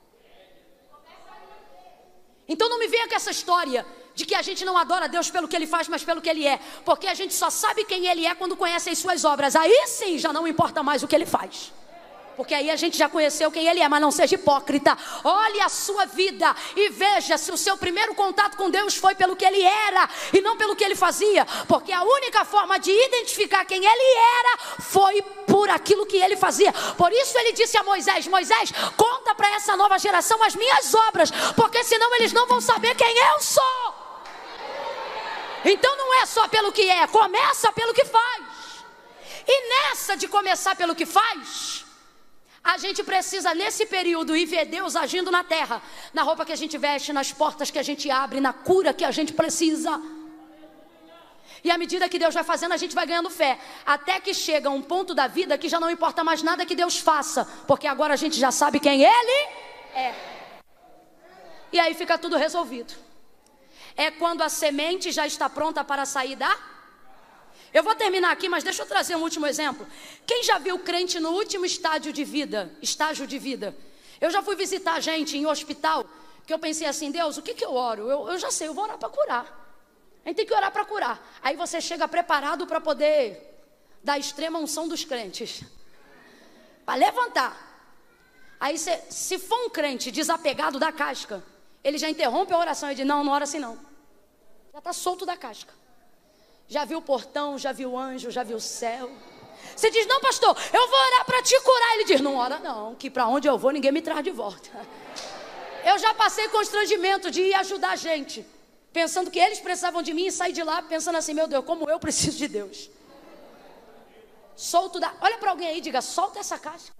Então não me venha com essa história de que a gente não adora a Deus pelo que Ele faz, mas pelo que Ele é. Porque a gente só sabe quem Ele é quando conhece as suas obras. Aí sim já não importa mais o que Ele faz. Porque aí a gente já conheceu quem Ele é, mas não seja hipócrita. Olhe a sua vida e veja se o seu primeiro contato com Deus foi pelo que Ele era e não pelo que Ele fazia. Porque a única forma de identificar quem Ele era foi por aquilo que Ele fazia. Por isso Ele disse a Moisés: Moisés, conta para essa nova geração as minhas obras, porque senão eles não vão saber quem eu sou. Então não é só pelo que é, começa pelo que faz. E nessa de começar pelo que faz, a gente precisa nesse período ir ver Deus agindo na terra, na roupa que a gente veste, nas portas que a gente abre, na cura que a gente precisa. E à medida que Deus vai fazendo, a gente vai ganhando fé, até que chega um ponto da vida que já não importa mais nada que Deus faça, porque agora a gente já sabe quem Ele é. E aí fica tudo resolvido. É quando a semente já está pronta para sair da... Eu vou terminar aqui, mas deixa eu trazer um último exemplo. Quem já viu crente no último estágio de vida? Eu já fui visitar gente em hospital, que eu pensei assim: Deus, o que eu oro? Eu já sei, eu vou orar para curar. A gente tem que orar para curar. Aí você chega preparado para poder dar a extrema unção dos crentes, para levantar. Aí se for um crente desapegado da casca, ele já interrompe a oração e diz: não ora assim não. Já está solto da casca. Já viu o portão, já viu o anjo, já viu o céu. Você diz: não, pastor, eu vou orar para te curar. Ele diz: não ora não, que para onde eu vou ninguém me traz de volta. Eu já passei constrangimento de ir ajudar a gente, pensando que eles precisavam de mim, e sair de lá pensando assim: meu Deus, como eu preciso de Deus. Solto da... Olha para alguém aí e diga: solta essa casca.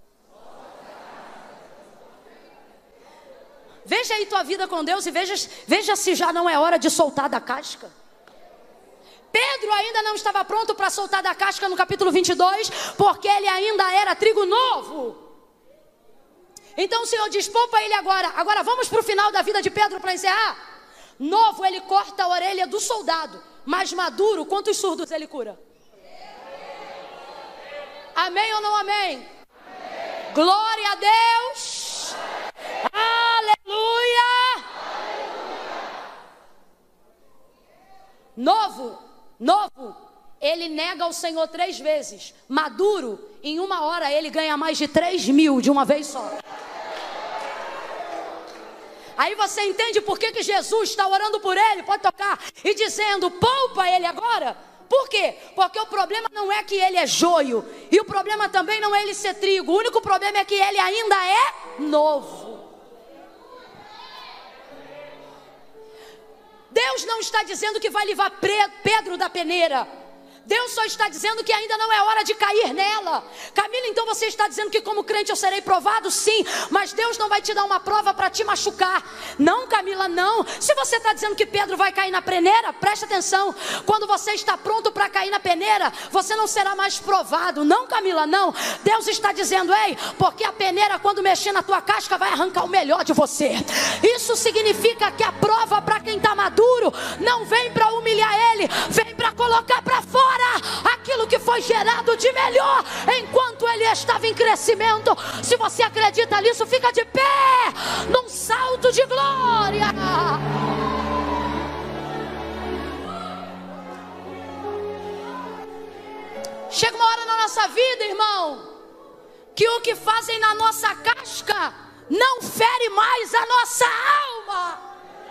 Veja aí tua vida com Deus e veja se já não é hora de soltar da casca. Pedro ainda não estava pronto para soltar da casca no capítulo 22, porque ele ainda era trigo novo. Então o Senhor diz: poupa ele agora. Agora vamos para o final da vida de Pedro para encerrar. Novo, ele corta a orelha do soldado, mas maduro, quantos surdos ele cura? Amém ou não amém? Amém. Glória a Deus. Aleluia. Novo, ele nega o Senhor 3 vezes. Maduro, em 1 hora ele ganha mais de 3.000 de uma vez só. Aí você entende por que Jesus está orando por ele, pode tocar, e dizendo: poupa ele agora. Por quê? Porque o problema não é que ele é joio, e o problema também não é ele ser trigo. O único problema é que ele ainda é novo. Deus não está dizendo que vai livrar Pedro da peneira. Deus só está dizendo que ainda não é hora de cair nela. Camila, então você está dizendo que como crente eu serei provado? Sim, mas Deus não vai te dar uma prova para te machucar. Não, Camila, não. Se você está dizendo que Pedro vai cair na peneira, preste atenção. Quando você está pronto para cair na peneira, você não será mais provado. Não, Camila, não. Deus está dizendo: ei, porque a peneira, quando mexer na tua casca, vai arrancar o melhor de você. Isso significa que a prova para quem está maduro não vem para humilhar ele, vem para colocar para fora aquilo que foi gerado de melhor enquanto ele estava em crescimento. Se você acredita nisso, fica de pé num salto de glória. nossa vida, irmão, que o que fazem na nossa casca não fere mais a nossa alma.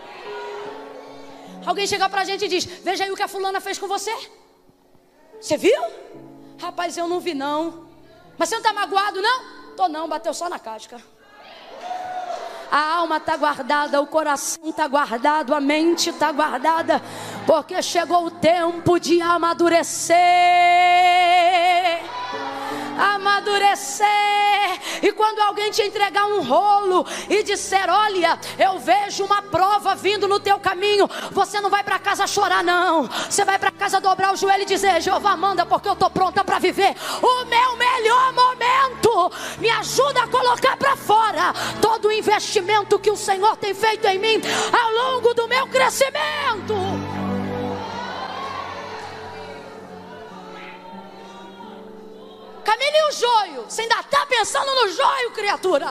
Alguém chega pra gente e diz: veja aí o que a fulana fez com você. Você viu? Rapaz, eu não vi não. Mas você não está magoado não? Tô não, bateu só na casca. A alma está guardada, o coração está guardado, a mente está guardada, porque chegou o tempo de amadurecer. Amadurecer. E quando alguém te entregar um rolo e disser: olha, eu vejo uma prova vindo no teu caminho, você não vai para casa chorar não. Você vai para casa dobrar o joelho e dizer: Jeová, manda, porque eu estou pronta para viver o meu melhor momento. Me ajuda a colocar para fora todo o investimento que o Senhor tem feito em mim ao longo do meu crescimento. Camille, e o joio? Você ainda está pensando no joio, criatura?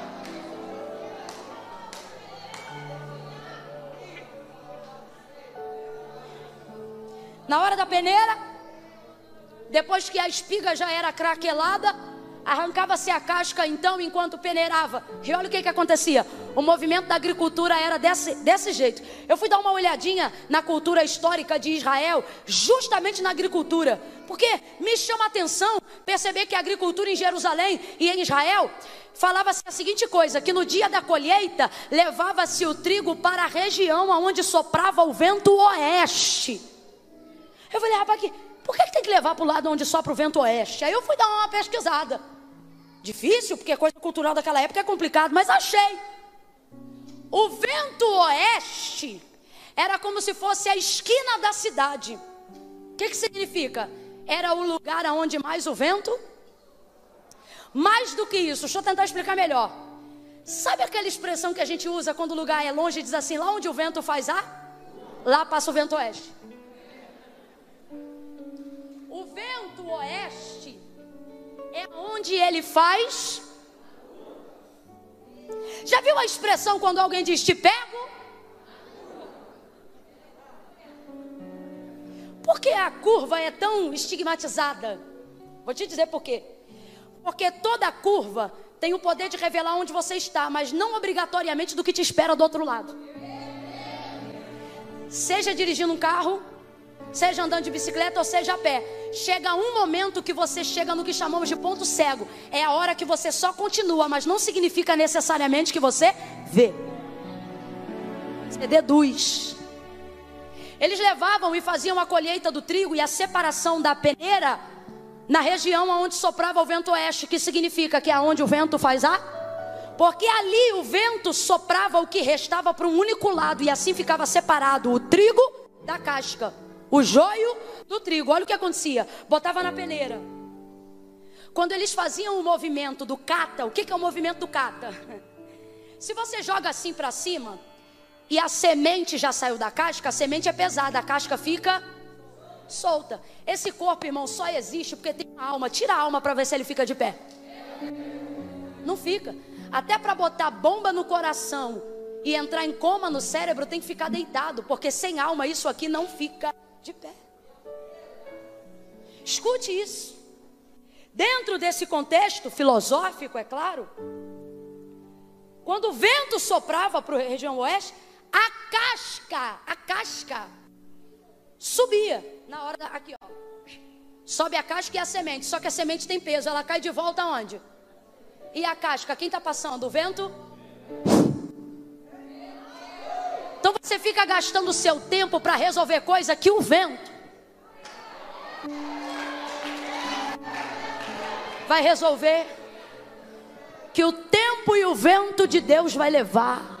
Na hora da peneira, depois que a espiga já era craquelada, arrancava-se a casca então enquanto peneirava. E olha o que acontecia. O movimento da agricultura era desse jeito. Eu fui dar uma olhadinha na cultura histórica de Israel, justamente na agricultura, porque me chama a atenção perceber que a agricultura em Jerusalém e em Israel falava-se a seguinte coisa: que no dia da colheita levava-se o trigo para a região onde soprava o vento oeste. Eu falei: rapaz, por que tem que levar para o lado onde sopra o vento oeste? Aí eu fui dar uma pesquisada. Difícil, porque a coisa cultural daquela época é complicado, mas achei. O vento oeste era como se fosse a esquina da cidade. O que significa? Era o lugar aonde mais o vento. Mais do que isso, deixa eu tentar explicar melhor. Sabe aquela expressão que a gente usa quando o lugar é longe e diz assim: lá onde o vento faz lá passa o vento oeste. O vento oeste é onde ele faz. Já viu a expressão quando alguém diz: te pego? Por que a curva é tão estigmatizada? Vou te dizer por quê. Porque toda curva tem o poder de revelar onde você está, mas não obrigatoriamente do que te espera do outro lado. Seja dirigindo um carro, seja andando de bicicleta ou seja a pé, chega um momento que você chega no que chamamos de ponto cego. É a hora que você só continua, mas não significa necessariamente que você vê. Você deduz. Eles levavam e faziam a colheita do trigo e a separação da peneira na região onde soprava o vento oeste, que significa que é onde o vento faz porque ali o vento soprava o que restava para um único lado, e assim ficava separado o trigo da casca, o joio do trigo. Olha o que acontecia: botava na peneira. Quando eles faziam o movimento do cata, o que é o movimento do cata? Se você joga assim para cima e a semente já saiu da casca, a semente é pesada, a casca fica solta. Esse corpo, irmão, só existe porque tem uma alma. Tira a alma para ver se ele fica de pé. Não fica. Até para botar bomba no coração e entrar em coma no cérebro tem que ficar deitado, porque sem alma isso aqui não fica de pé. Escute isso. Dentro desse contexto filosófico, é claro, quando o vento soprava para a região oeste, a casca subia. Na hora aqui, ó, sobe a casca e a semente. Só que a semente tem peso, ela cai de volta aonde? E a casca, quem está passando? O vento? Então você fica gastando o seu tempo para resolver coisa que o vento vai resolver, que o tempo e o vento de Deus vai levar.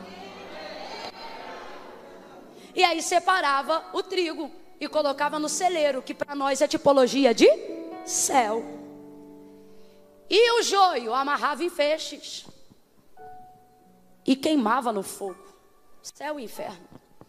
E aí separava o trigo e colocava no celeiro, que para nós é tipologia de céu. E o joio amarrava em feixes e queimava no fogo. Céu e inferno.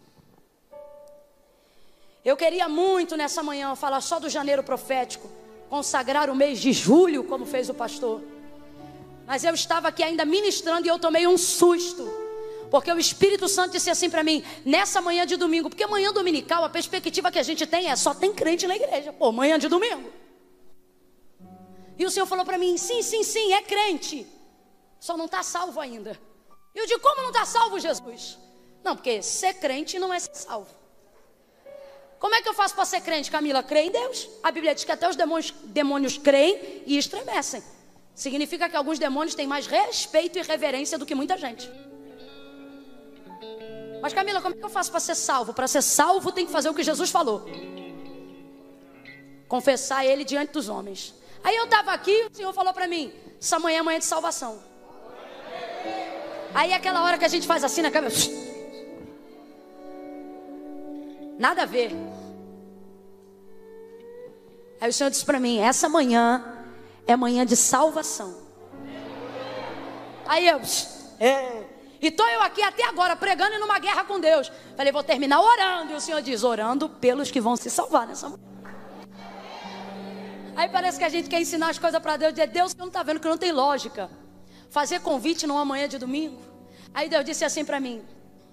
Eu queria muito nessa manhã falar só do janeiro profético, consagrar o mês de julho, como fez o pastor. Mas eu estava aqui ainda ministrando e eu tomei um susto, porque o Espírito Santo disse assim para mim, nessa manhã de domingo, porque manhã dominical, a perspectiva que a gente tem é só tem crente na igreja. Pô, manhã de domingo. E o Senhor falou para mim, sim, é crente, só não está salvo ainda. E eu digo, como não está salvo, Jesus? Não, porque ser crente não é ser salvo. Como é que eu faço para ser crente, Camila? Crê em Deus. A Bíblia diz que até os demônios creem e estremecem. Significa que alguns demônios têm mais respeito e reverência do que muita gente. Mas Camila, como é que eu faço para ser salvo? Para ser salvo tem que fazer o que Jesus falou. Confessar Ele diante dos homens. Aí eu estava aqui e o Senhor falou para mim, essa manhã é manhã de salvação. Aí aquela hora que a gente faz assim na cabeça, nada a ver. Aí o Senhor disse para mim, essa manhã é manhã de salvação. Aí eu, e estou eu aqui até agora pregando e numa guerra com Deus. Falei, vou terminar orando. E o Senhor diz, orando pelos que vão se salvar nessa manhã. Aí parece que a gente quer ensinar as coisas para Deus. Dizer, Deus, você não está vendo que não tem lógica fazer convite numa manhã de domingo. Aí Deus disse assim para mim,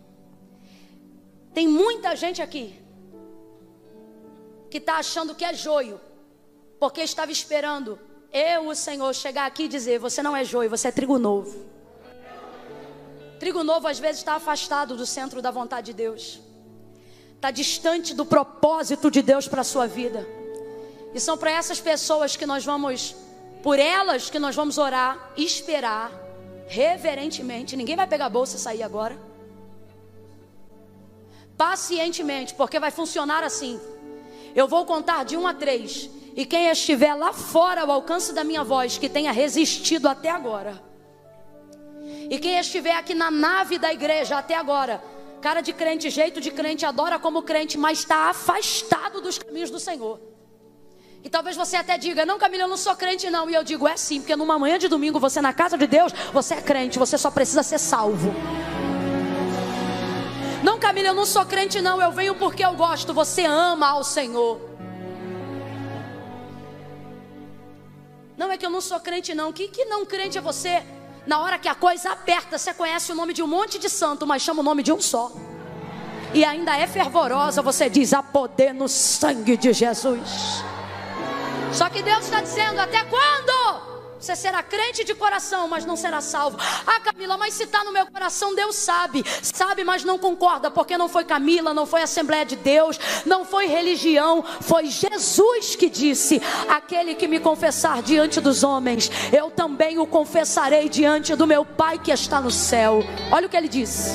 tem muita gente aqui que está achando que é joio, porque estava esperando eu, o Senhor, chegar aqui e dizer, você não é joio, você é trigo novo. Trigo novo às vezes está afastado do centro da vontade de Deus, está distante do propósito de Deus para a sua vida. E são para essas pessoas que nós vamos, por elas que nós vamos orar, esperar, reverentemente. Ninguém vai pegar a bolsa e sair agora. Pacientemente, porque vai funcionar assim. Eu vou contar de 1 a 3. E quem estiver lá fora ao alcance da minha voz, que tenha resistido até agora. E quem estiver aqui na nave da igreja até agora, cara de crente, jeito de crente, adora como crente, mas está afastado dos caminhos do Senhor. E talvez você até diga, não, Camila, eu não sou crente não. E eu digo, é sim, porque numa manhã de domingo, você na casa de Deus, você é crente, você só precisa ser salvo. Não, Camila, eu não sou crente não, eu venho porque eu gosto. Você ama ao Senhor. Não, é que eu não sou crente não. Que não crente é você? Na hora que a coisa aperta, você conhece o nome de um monte de santo, mas chama o nome de um só. E ainda é fervorosa, você diz, há poder no sangue de Jesus. Só que Deus está dizendo, até quando? Você será crente de coração, mas não será salvo. Ah, Camila, mas se está no meu coração, Deus sabe. Sabe, mas não concorda, porque não foi Camila, não foi Assembleia de Deus, não foi religião. Foi Jesus que disse, aquele que me confessar diante dos homens, eu também o confessarei diante do meu Pai que está no céu. Olha o que ele disse.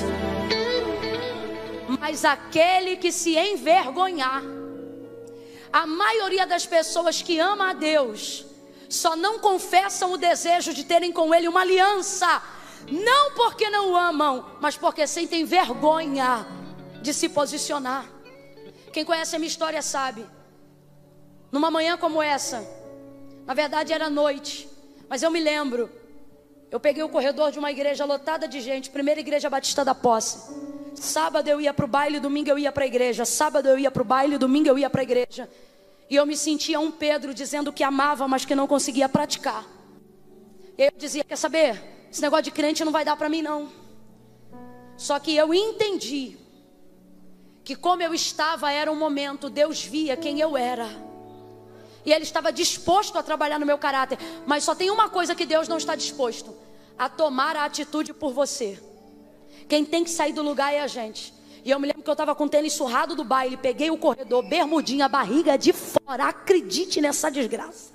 Mas aquele que se envergonhar, a maioria das pessoas que ama a Deus só não confessam o desejo de terem com Ele uma aliança, não porque não o amam, mas porque sentem vergonha de se posicionar. Quem conhece a minha história sabe. Numa manhã como essa, na verdade era noite, mas eu me lembro, eu peguei o corredor de uma igreja lotada de gente, primeira igreja batista da Posse. Sábado eu ia para o baile, domingo eu ia para a igreja. Sábado eu ia para o baile, domingo eu ia para a igreja. E eu me sentia um Pedro dizendo que amava, mas que não conseguia praticar. E eu dizia, quer saber? Esse negócio de crente não vai dar para mim não. Só que eu entendi que como eu estava era um momento, Deus via quem eu era. E Ele estava disposto a trabalhar no meu caráter. Mas só tem uma coisa que Deus não está disposto: a tomar a atitude por você. Quem tem que sair do lugar é a gente. E eu me lembro que eu estava com o tênis surrado do baile, peguei o corredor, bermudinha, barriga de fora, acredite nessa desgraça.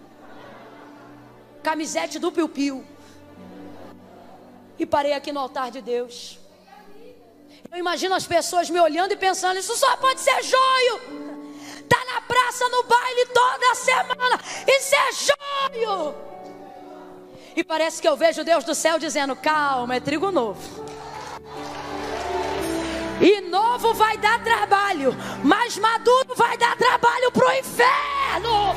Camisete do piu-piu. E parei aqui no altar de Deus. Eu imagino as pessoas me olhando e pensando, isso só pode ser joio. Tá na praça, no baile toda semana, isso é joio. E parece que eu vejo Deus do céu dizendo, calma, é trigo novo. E novo vai dar trabalho, mas maduro vai dar trabalho pro inferno.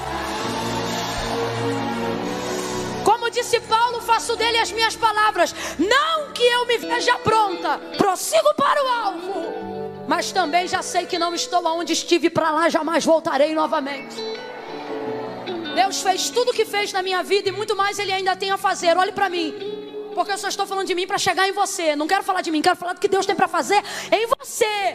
Como disse Paulo, faço dele as minhas palavras. Não que eu me veja pronta, prossigo para o alvo, mas também já sei que não estou aonde estive, para lá jamais voltarei novamente. Deus fez tudo o que fez na minha vida e muito mais Ele ainda tem a fazer. Olhe para mim, porque eu só estou falando de mim para chegar em você. Não quero falar de mim, quero falar do que Deus tem para fazer em você.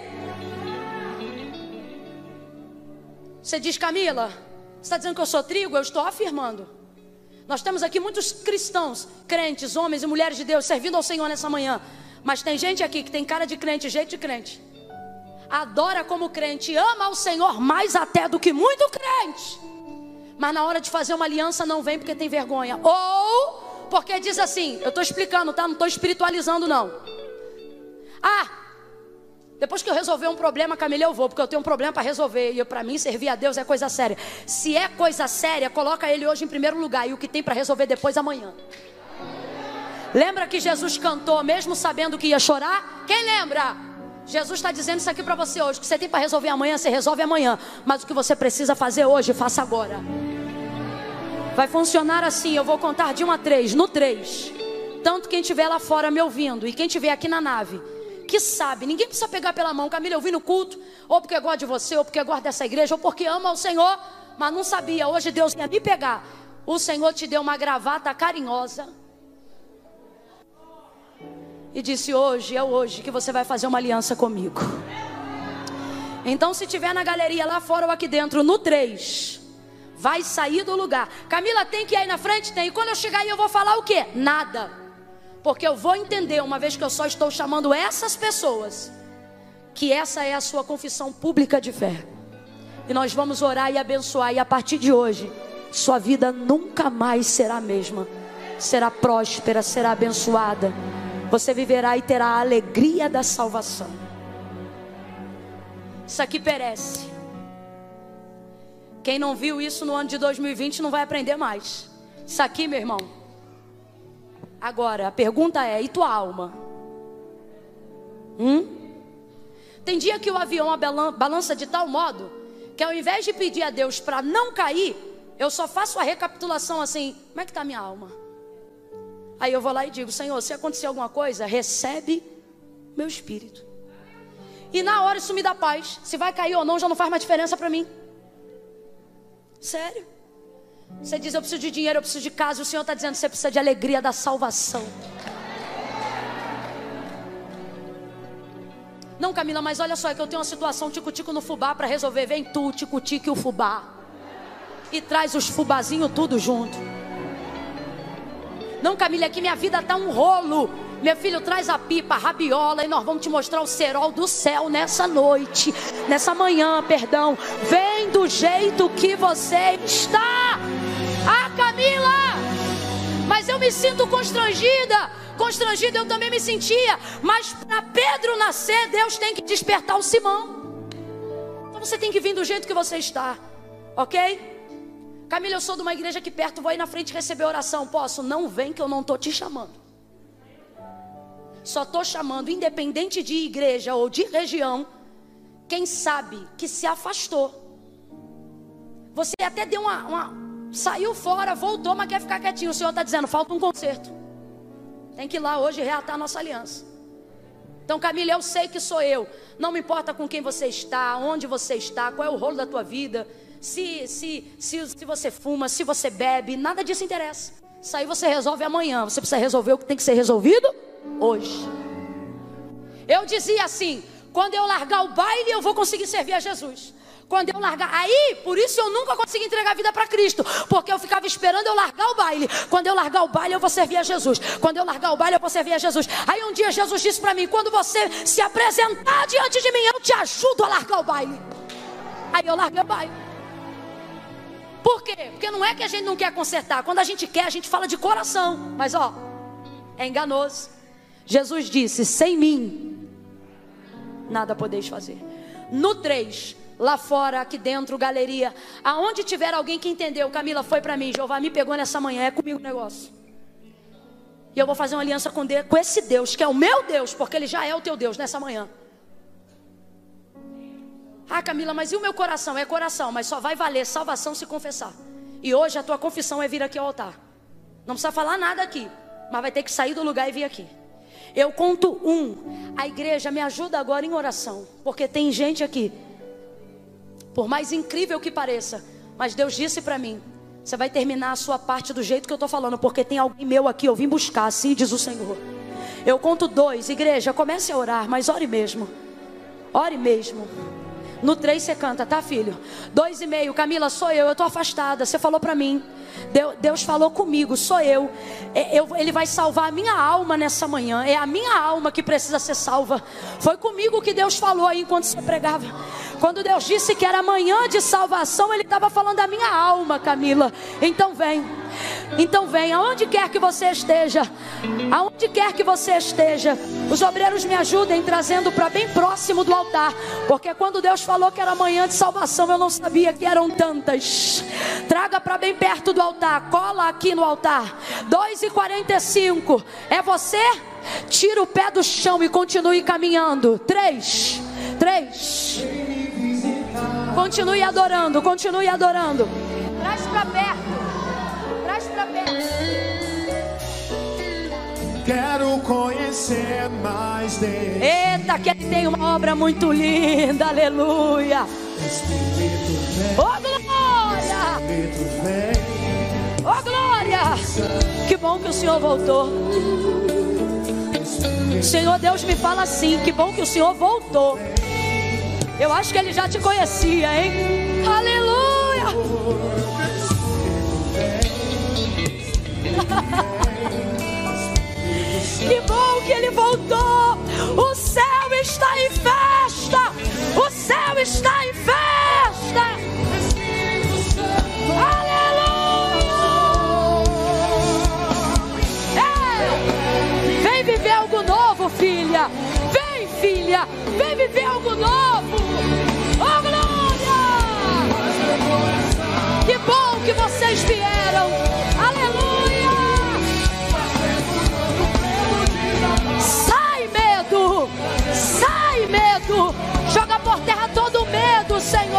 Você diz, Camila, você está dizendo que eu sou trigo? Eu estou afirmando Nós temos aqui muitos cristãos, crentes, homens e mulheres de Deus, servindo ao Senhor nessa manhã. Mas tem gente aqui que tem cara de crente, jeito de crente. Adora como crente, ama ao Senhor mais até do que muito crente. Mas na hora de fazer uma aliança não vem porque tem vergonha. Ou porque diz assim, eu estou explicando, tá? Não estou espiritualizando não. Depois que eu resolver um problema, Camila, eu vou, porque eu tenho um problema para resolver. E para mim, servir a Deus é coisa séria. Se é coisa séria, coloca Ele hoje em primeiro lugar. E o que tem para resolver depois, amanhã. Lembra que Jesus cantou, mesmo sabendo que ia chorar? Quem lembra? Jesus está dizendo isso aqui para você hoje. O que você tem para resolver amanhã, você resolve amanhã. Mas o que você precisa fazer hoje, faça agora. Vai funcionar assim, eu vou contar de 1 a 3. No 3, tanto quem estiver lá fora me ouvindo e quem estiver aqui na nave, que sabe, ninguém precisa pegar pela mão. Camila, eu vim no culto, ou porque gosta de você, ou porque gosta dessa igreja, ou porque ama o Senhor, mas não sabia, hoje Deus ia me pegar. O Senhor te deu uma gravata carinhosa e disse, hoje é hoje que você vai fazer uma aliança comigo. Então se tiver na galeria lá fora ou aqui dentro, no 3, vai sair do lugar. Camila, tem que ir aí na frente? Tem. E quando eu chegar aí eu vou falar o quê? Nada. Porque eu vou entender, uma vez que eu só estou chamando essas pessoas, que essa é a sua confissão pública de fé. E nós vamos orar e abençoar. E a partir de hoje, sua vida nunca mais será a mesma. Será próspera, será abençoada. Você viverá e terá a alegria da salvação. Isso aqui perece. Quem não viu isso no ano de 2020 não vai aprender mais. Isso aqui, meu irmão. Agora, a pergunta é, e tua alma? Tem dia que o avião balança de tal modo que ao invés de pedir a Deus para não cair, eu só faço a recapitulação assim, como é que está a minha alma? Aí eu vou lá e digo, Senhor, se acontecer alguma coisa, recebe meu espírito. E na hora isso me dá paz. Se vai cair ou não, já não faz mais diferença para mim. Sério. Você diz, eu preciso de dinheiro, eu preciso de casa. O Senhor está dizendo, você precisa de alegria da salvação. Não, Camila, mas olha só, é que eu tenho uma situação tico-tico no fubá para resolver. Vem tu, tico-tico e o fubá, e traz os fubazinhos tudo junto. Não, Camila, é que minha vida está um rolo. Meu filho, traz a pipa, a rabiola, e nós vamos te mostrar o cerol do céu nessa noite, nessa manhã, perdão. Vem do jeito que você está. Camila, mas eu me sinto constrangida. Constrangida eu também me sentia. Mas para Pedro nascer, Deus tem que despertar o Simão. Então você tem que vir do jeito que você está, ok? Camila, eu sou de uma igreja aqui perto, vou aí na frente receber oração. Posso? Não vem que eu não estou te chamando. Só estou chamando, independente de igreja ou de região, quem sabe que se afastou. Você até deu saiu fora, voltou, mas quer ficar quietinho. O Senhor está dizendo, falta um conserto. Tem que ir lá hoje reatar a nossa aliança. Então, Camila, eu sei que sou eu. Não me importa com quem você está, onde você está, qual é o rolo da tua vida. Se você fuma, se você bebe, nada disso interessa. Isso aí você resolve amanhã. Você precisa resolver o que tem que ser resolvido hoje. Eu dizia assim, quando eu largar o baile, eu vou conseguir servir a Jesus. Quando eu largar, aí, por isso eu nunca consegui entregar a vida para Cristo, porque eu ficava esperando eu largar o baile. Quando eu largar o baile, eu vou servir a Jesus. Quando eu largar o baile, eu vou servir a Jesus. Aí um dia Jesus disse para mim, quando você se apresentar diante de mim, eu te ajudo a largar o baile. Aí eu larguei o baile. Por quê? Porque não é que a gente não quer consertar. Quando a gente quer, a gente fala de coração. Mas é enganoso. Jesus disse, sem mim nada podeis fazer. No 3, lá fora, aqui dentro, galeria, aonde tiver alguém que entendeu, Camila, foi para mim, Jeová me pegou nessa manhã, é comigo o negócio. E eu vou fazer uma aliança com esse Deus, que é o meu Deus, porque Ele já é o teu Deus nessa manhã. Camila, mas e o meu coração? É coração, mas só vai valer salvação se confessar. E hoje a tua confissão é vir aqui ao altar. Não precisa falar nada aqui, mas vai ter que sair do lugar e vir aqui. Eu conto 1. A igreja me ajuda agora em oração, porque tem gente aqui, por mais incrível que pareça, mas Deus disse para mim, você vai terminar a sua parte do jeito que eu estou falando, porque tem alguém meu aqui, eu vim buscar, assim diz o Senhor. Eu conto 2, igreja, comece a orar, mas ore mesmo. Ore mesmo. No 3 você canta, tá, filho? 2,5, Camila, sou eu tô afastada. Você falou pra mim. Deus falou comigo, sou eu. Ele vai salvar a minha alma nessa manhã. É a minha alma que precisa ser salva. Foi comigo que Deus falou aí enquanto você pregava. Quando Deus disse que era manhã de salvação, Ele estava falando da minha alma, Camila. Então vem, aonde quer que você esteja. Aonde quer que você esteja. Os obreiros me ajudem trazendo para bem próximo do altar. Porque quando Deus falou que era manhã de salvação, eu não sabia que eram tantas. Traga para bem perto do altar. Cola aqui no altar. 2:45. É você? Tira o pé do chão e continue caminhando. 3. Continue adorando. Traz para perto. Quero conhecer mais Deus. Eita, que Ele tem uma obra muito linda, aleluia. Oh glória! Oh glória! Que bom que o Senhor voltou. Senhor Deus me fala assim, que bom que o Senhor voltou. Eu acho que Ele já te conhecia, hein? Aleluia! Que bom que Ele voltou. O céu está em festa. O céu está em festa. Aleluia. Vem viver algo novo, filha. Vem, filha. Vem viver algo novo. Oh glória. Que bom que vocês vieram. Aleluia. Sai medo, joga por terra todo medo, Senhor.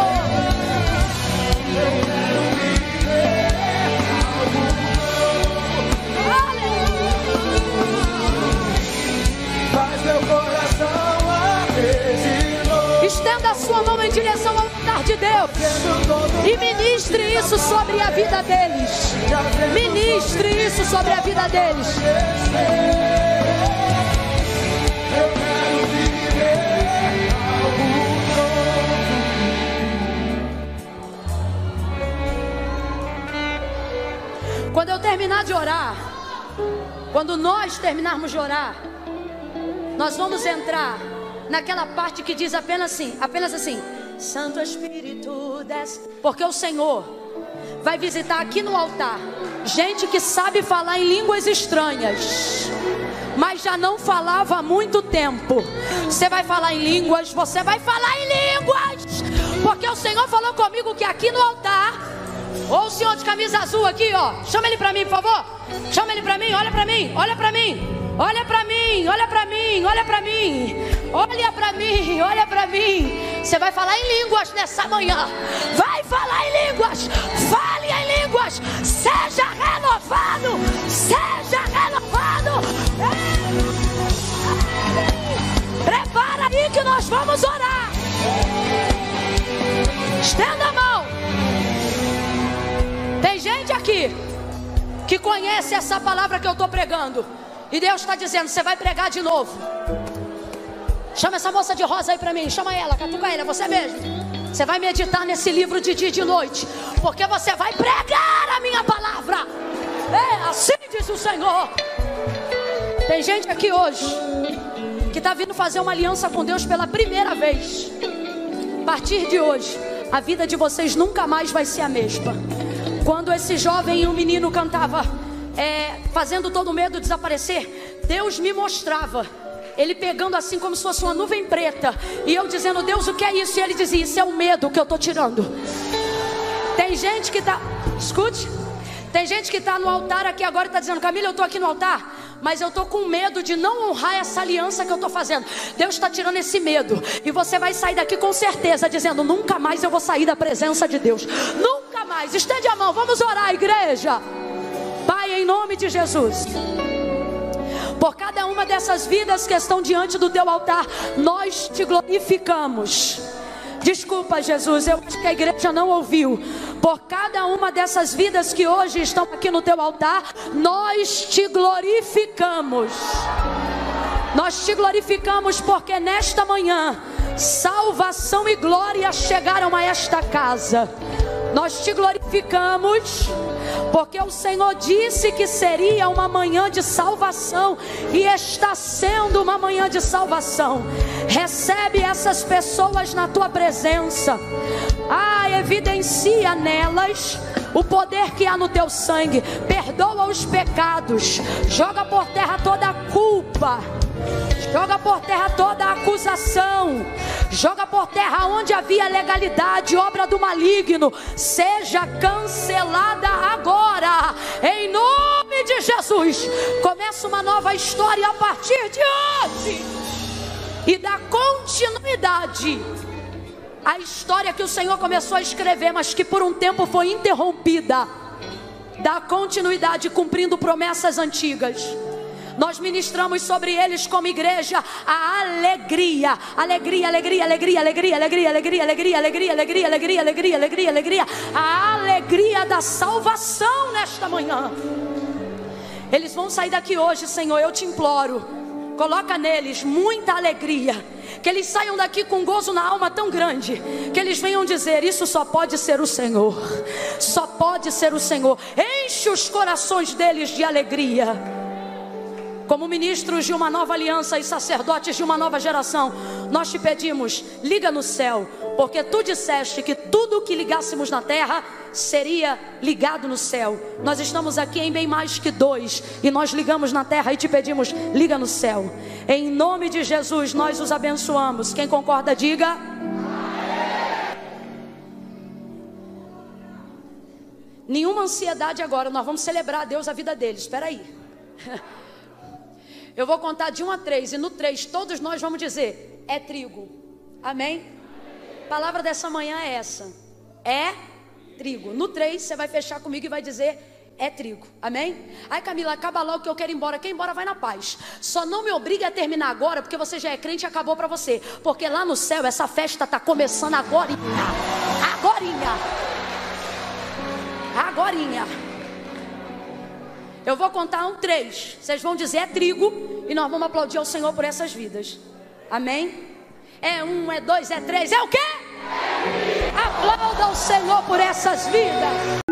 Faz meu coração arder de novo. Estenda a sua mão em direção ao altar de Deus e ministre isso sobre a vida deles. Ministre isso sobre a vida deles. Quando eu terminar de orar, quando nós terminarmos de orar, nós vamos entrar naquela parte que diz apenas assim, Santo Espírito desce. Porque o Senhor vai visitar aqui no altar gente que sabe falar em línguas estranhas, mas já não falava há muito tempo. Você vai falar em línguas, porque o Senhor falou comigo que aqui no altar, ou o senhor de camisa azul aqui, ó, chama ele pra mim, por favor. Chama ele pra mim, olha pra mim. Olha pra mim. Você vai falar em línguas nessa manhã. Vai falar em línguas. Fale em línguas. Seja renovado. Prepara aí que nós vamos orar. Estenda a mão. Tem gente aqui que conhece essa palavra que eu estou pregando. E Deus está dizendo, você vai pregar de novo. Chama essa moça de rosa aí para mim. Chama ela, catuca ela, você mesmo. Você vai meditar nesse livro de dia e de noite. Porque você vai pregar a minha palavra. Assim diz o Senhor. Tem gente aqui hoje que está vindo fazer uma aliança com Deus pela primeira vez. A partir de hoje, a vida de vocês nunca mais vai ser a mesma. Quando esse jovem e um menino cantava, fazendo todo medo desaparecer, Deus me mostrava ele pegando assim como se fosse uma nuvem preta, e eu dizendo, Deus, o que é isso? E ele dizia, isso é o medo que eu estou tirando. Tem gente que está, escute, tem gente que está no altar aqui agora e está dizendo, Camila, eu estou aqui no altar, mas eu estou com medo de não honrar essa aliança que eu estou fazendo. Deus está tirando esse medo, e você vai sair daqui com certeza, dizendo, nunca mais eu vou sair da presença de Deus, nunca mais. Estende a mão, vamos orar, igreja. Pai, em nome de Jesus, por cada uma dessas vidas que estão diante do teu altar, nós te glorificamos. Desculpa, Jesus, eu acho que a igreja não ouviu. Por cada uma dessas vidas que hoje estão aqui no teu altar, nós te glorificamos. Nós te glorificamos porque nesta manhã salvação e glória chegaram a esta casa. Nós te glorificamos, porque o Senhor disse que seria uma manhã de salvação, e está sendo uma manhã de salvação. Recebe essas pessoas na tua presença. Evidencia nelas o poder que há no teu sangue. Perdoa os pecados, joga por terra toda a culpa, joga por terra toda a acusação, joga por terra onde havia legalidade, obra do maligno, seja cancelada agora, em nome de Jesus. Começa uma nova história a partir de hoje, e dá continuidade à história que o Senhor começou a escrever, mas que por um tempo foi interrompida. Dá continuidade, cumprindo promessas antigas. Nós ministramos sobre eles como igreja a alegria, alegria, alegria, alegria, alegria, alegria, alegria, alegria, alegria, alegria, alegria, alegria, alegria, alegria, a alegria da salvação nesta manhã. Eles vão sair daqui hoje, Senhor, eu te imploro, coloca neles muita alegria, que eles saiam daqui com gozo na alma tão grande, que eles venham dizer: isso só pode ser o Senhor, só pode ser o Senhor. Enche os corações deles de alegria. Como ministros de uma nova aliança e sacerdotes de uma nova geração, nós te pedimos, liga no céu, porque tu disseste que tudo o que ligássemos na terra seria ligado no céu. Nós estamos aqui em bem mais que 2, e nós ligamos na terra e te pedimos, liga no céu. Em nome de Jesus nós os abençoamos. Quem concorda, diga. Nenhuma ansiedade agora, nós vamos celebrar a Deus a vida deles. Espera aí. Eu vou contar de 1 a 3, e no 3 todos nós vamos dizer: é trigo. Amém? A palavra dessa manhã é essa: é trigo. No 3 você vai fechar comigo e vai dizer: é trigo. Amém? Ai, Camila, acaba logo que eu quero ir embora. Quem ir embora vai na paz. Só não me obrigue a terminar agora, porque você já é crente e acabou para você. Porque lá no céu essa festa está começando agorinha. Agorinha. Agorinha. Eu vou contar 1, 3. Vocês vão dizer: é trigo. E nós vamos aplaudir ao Senhor por essas vidas. Amém? É 1, é 2, é 3. É o quê? Aplauda ao Senhor por essas vidas.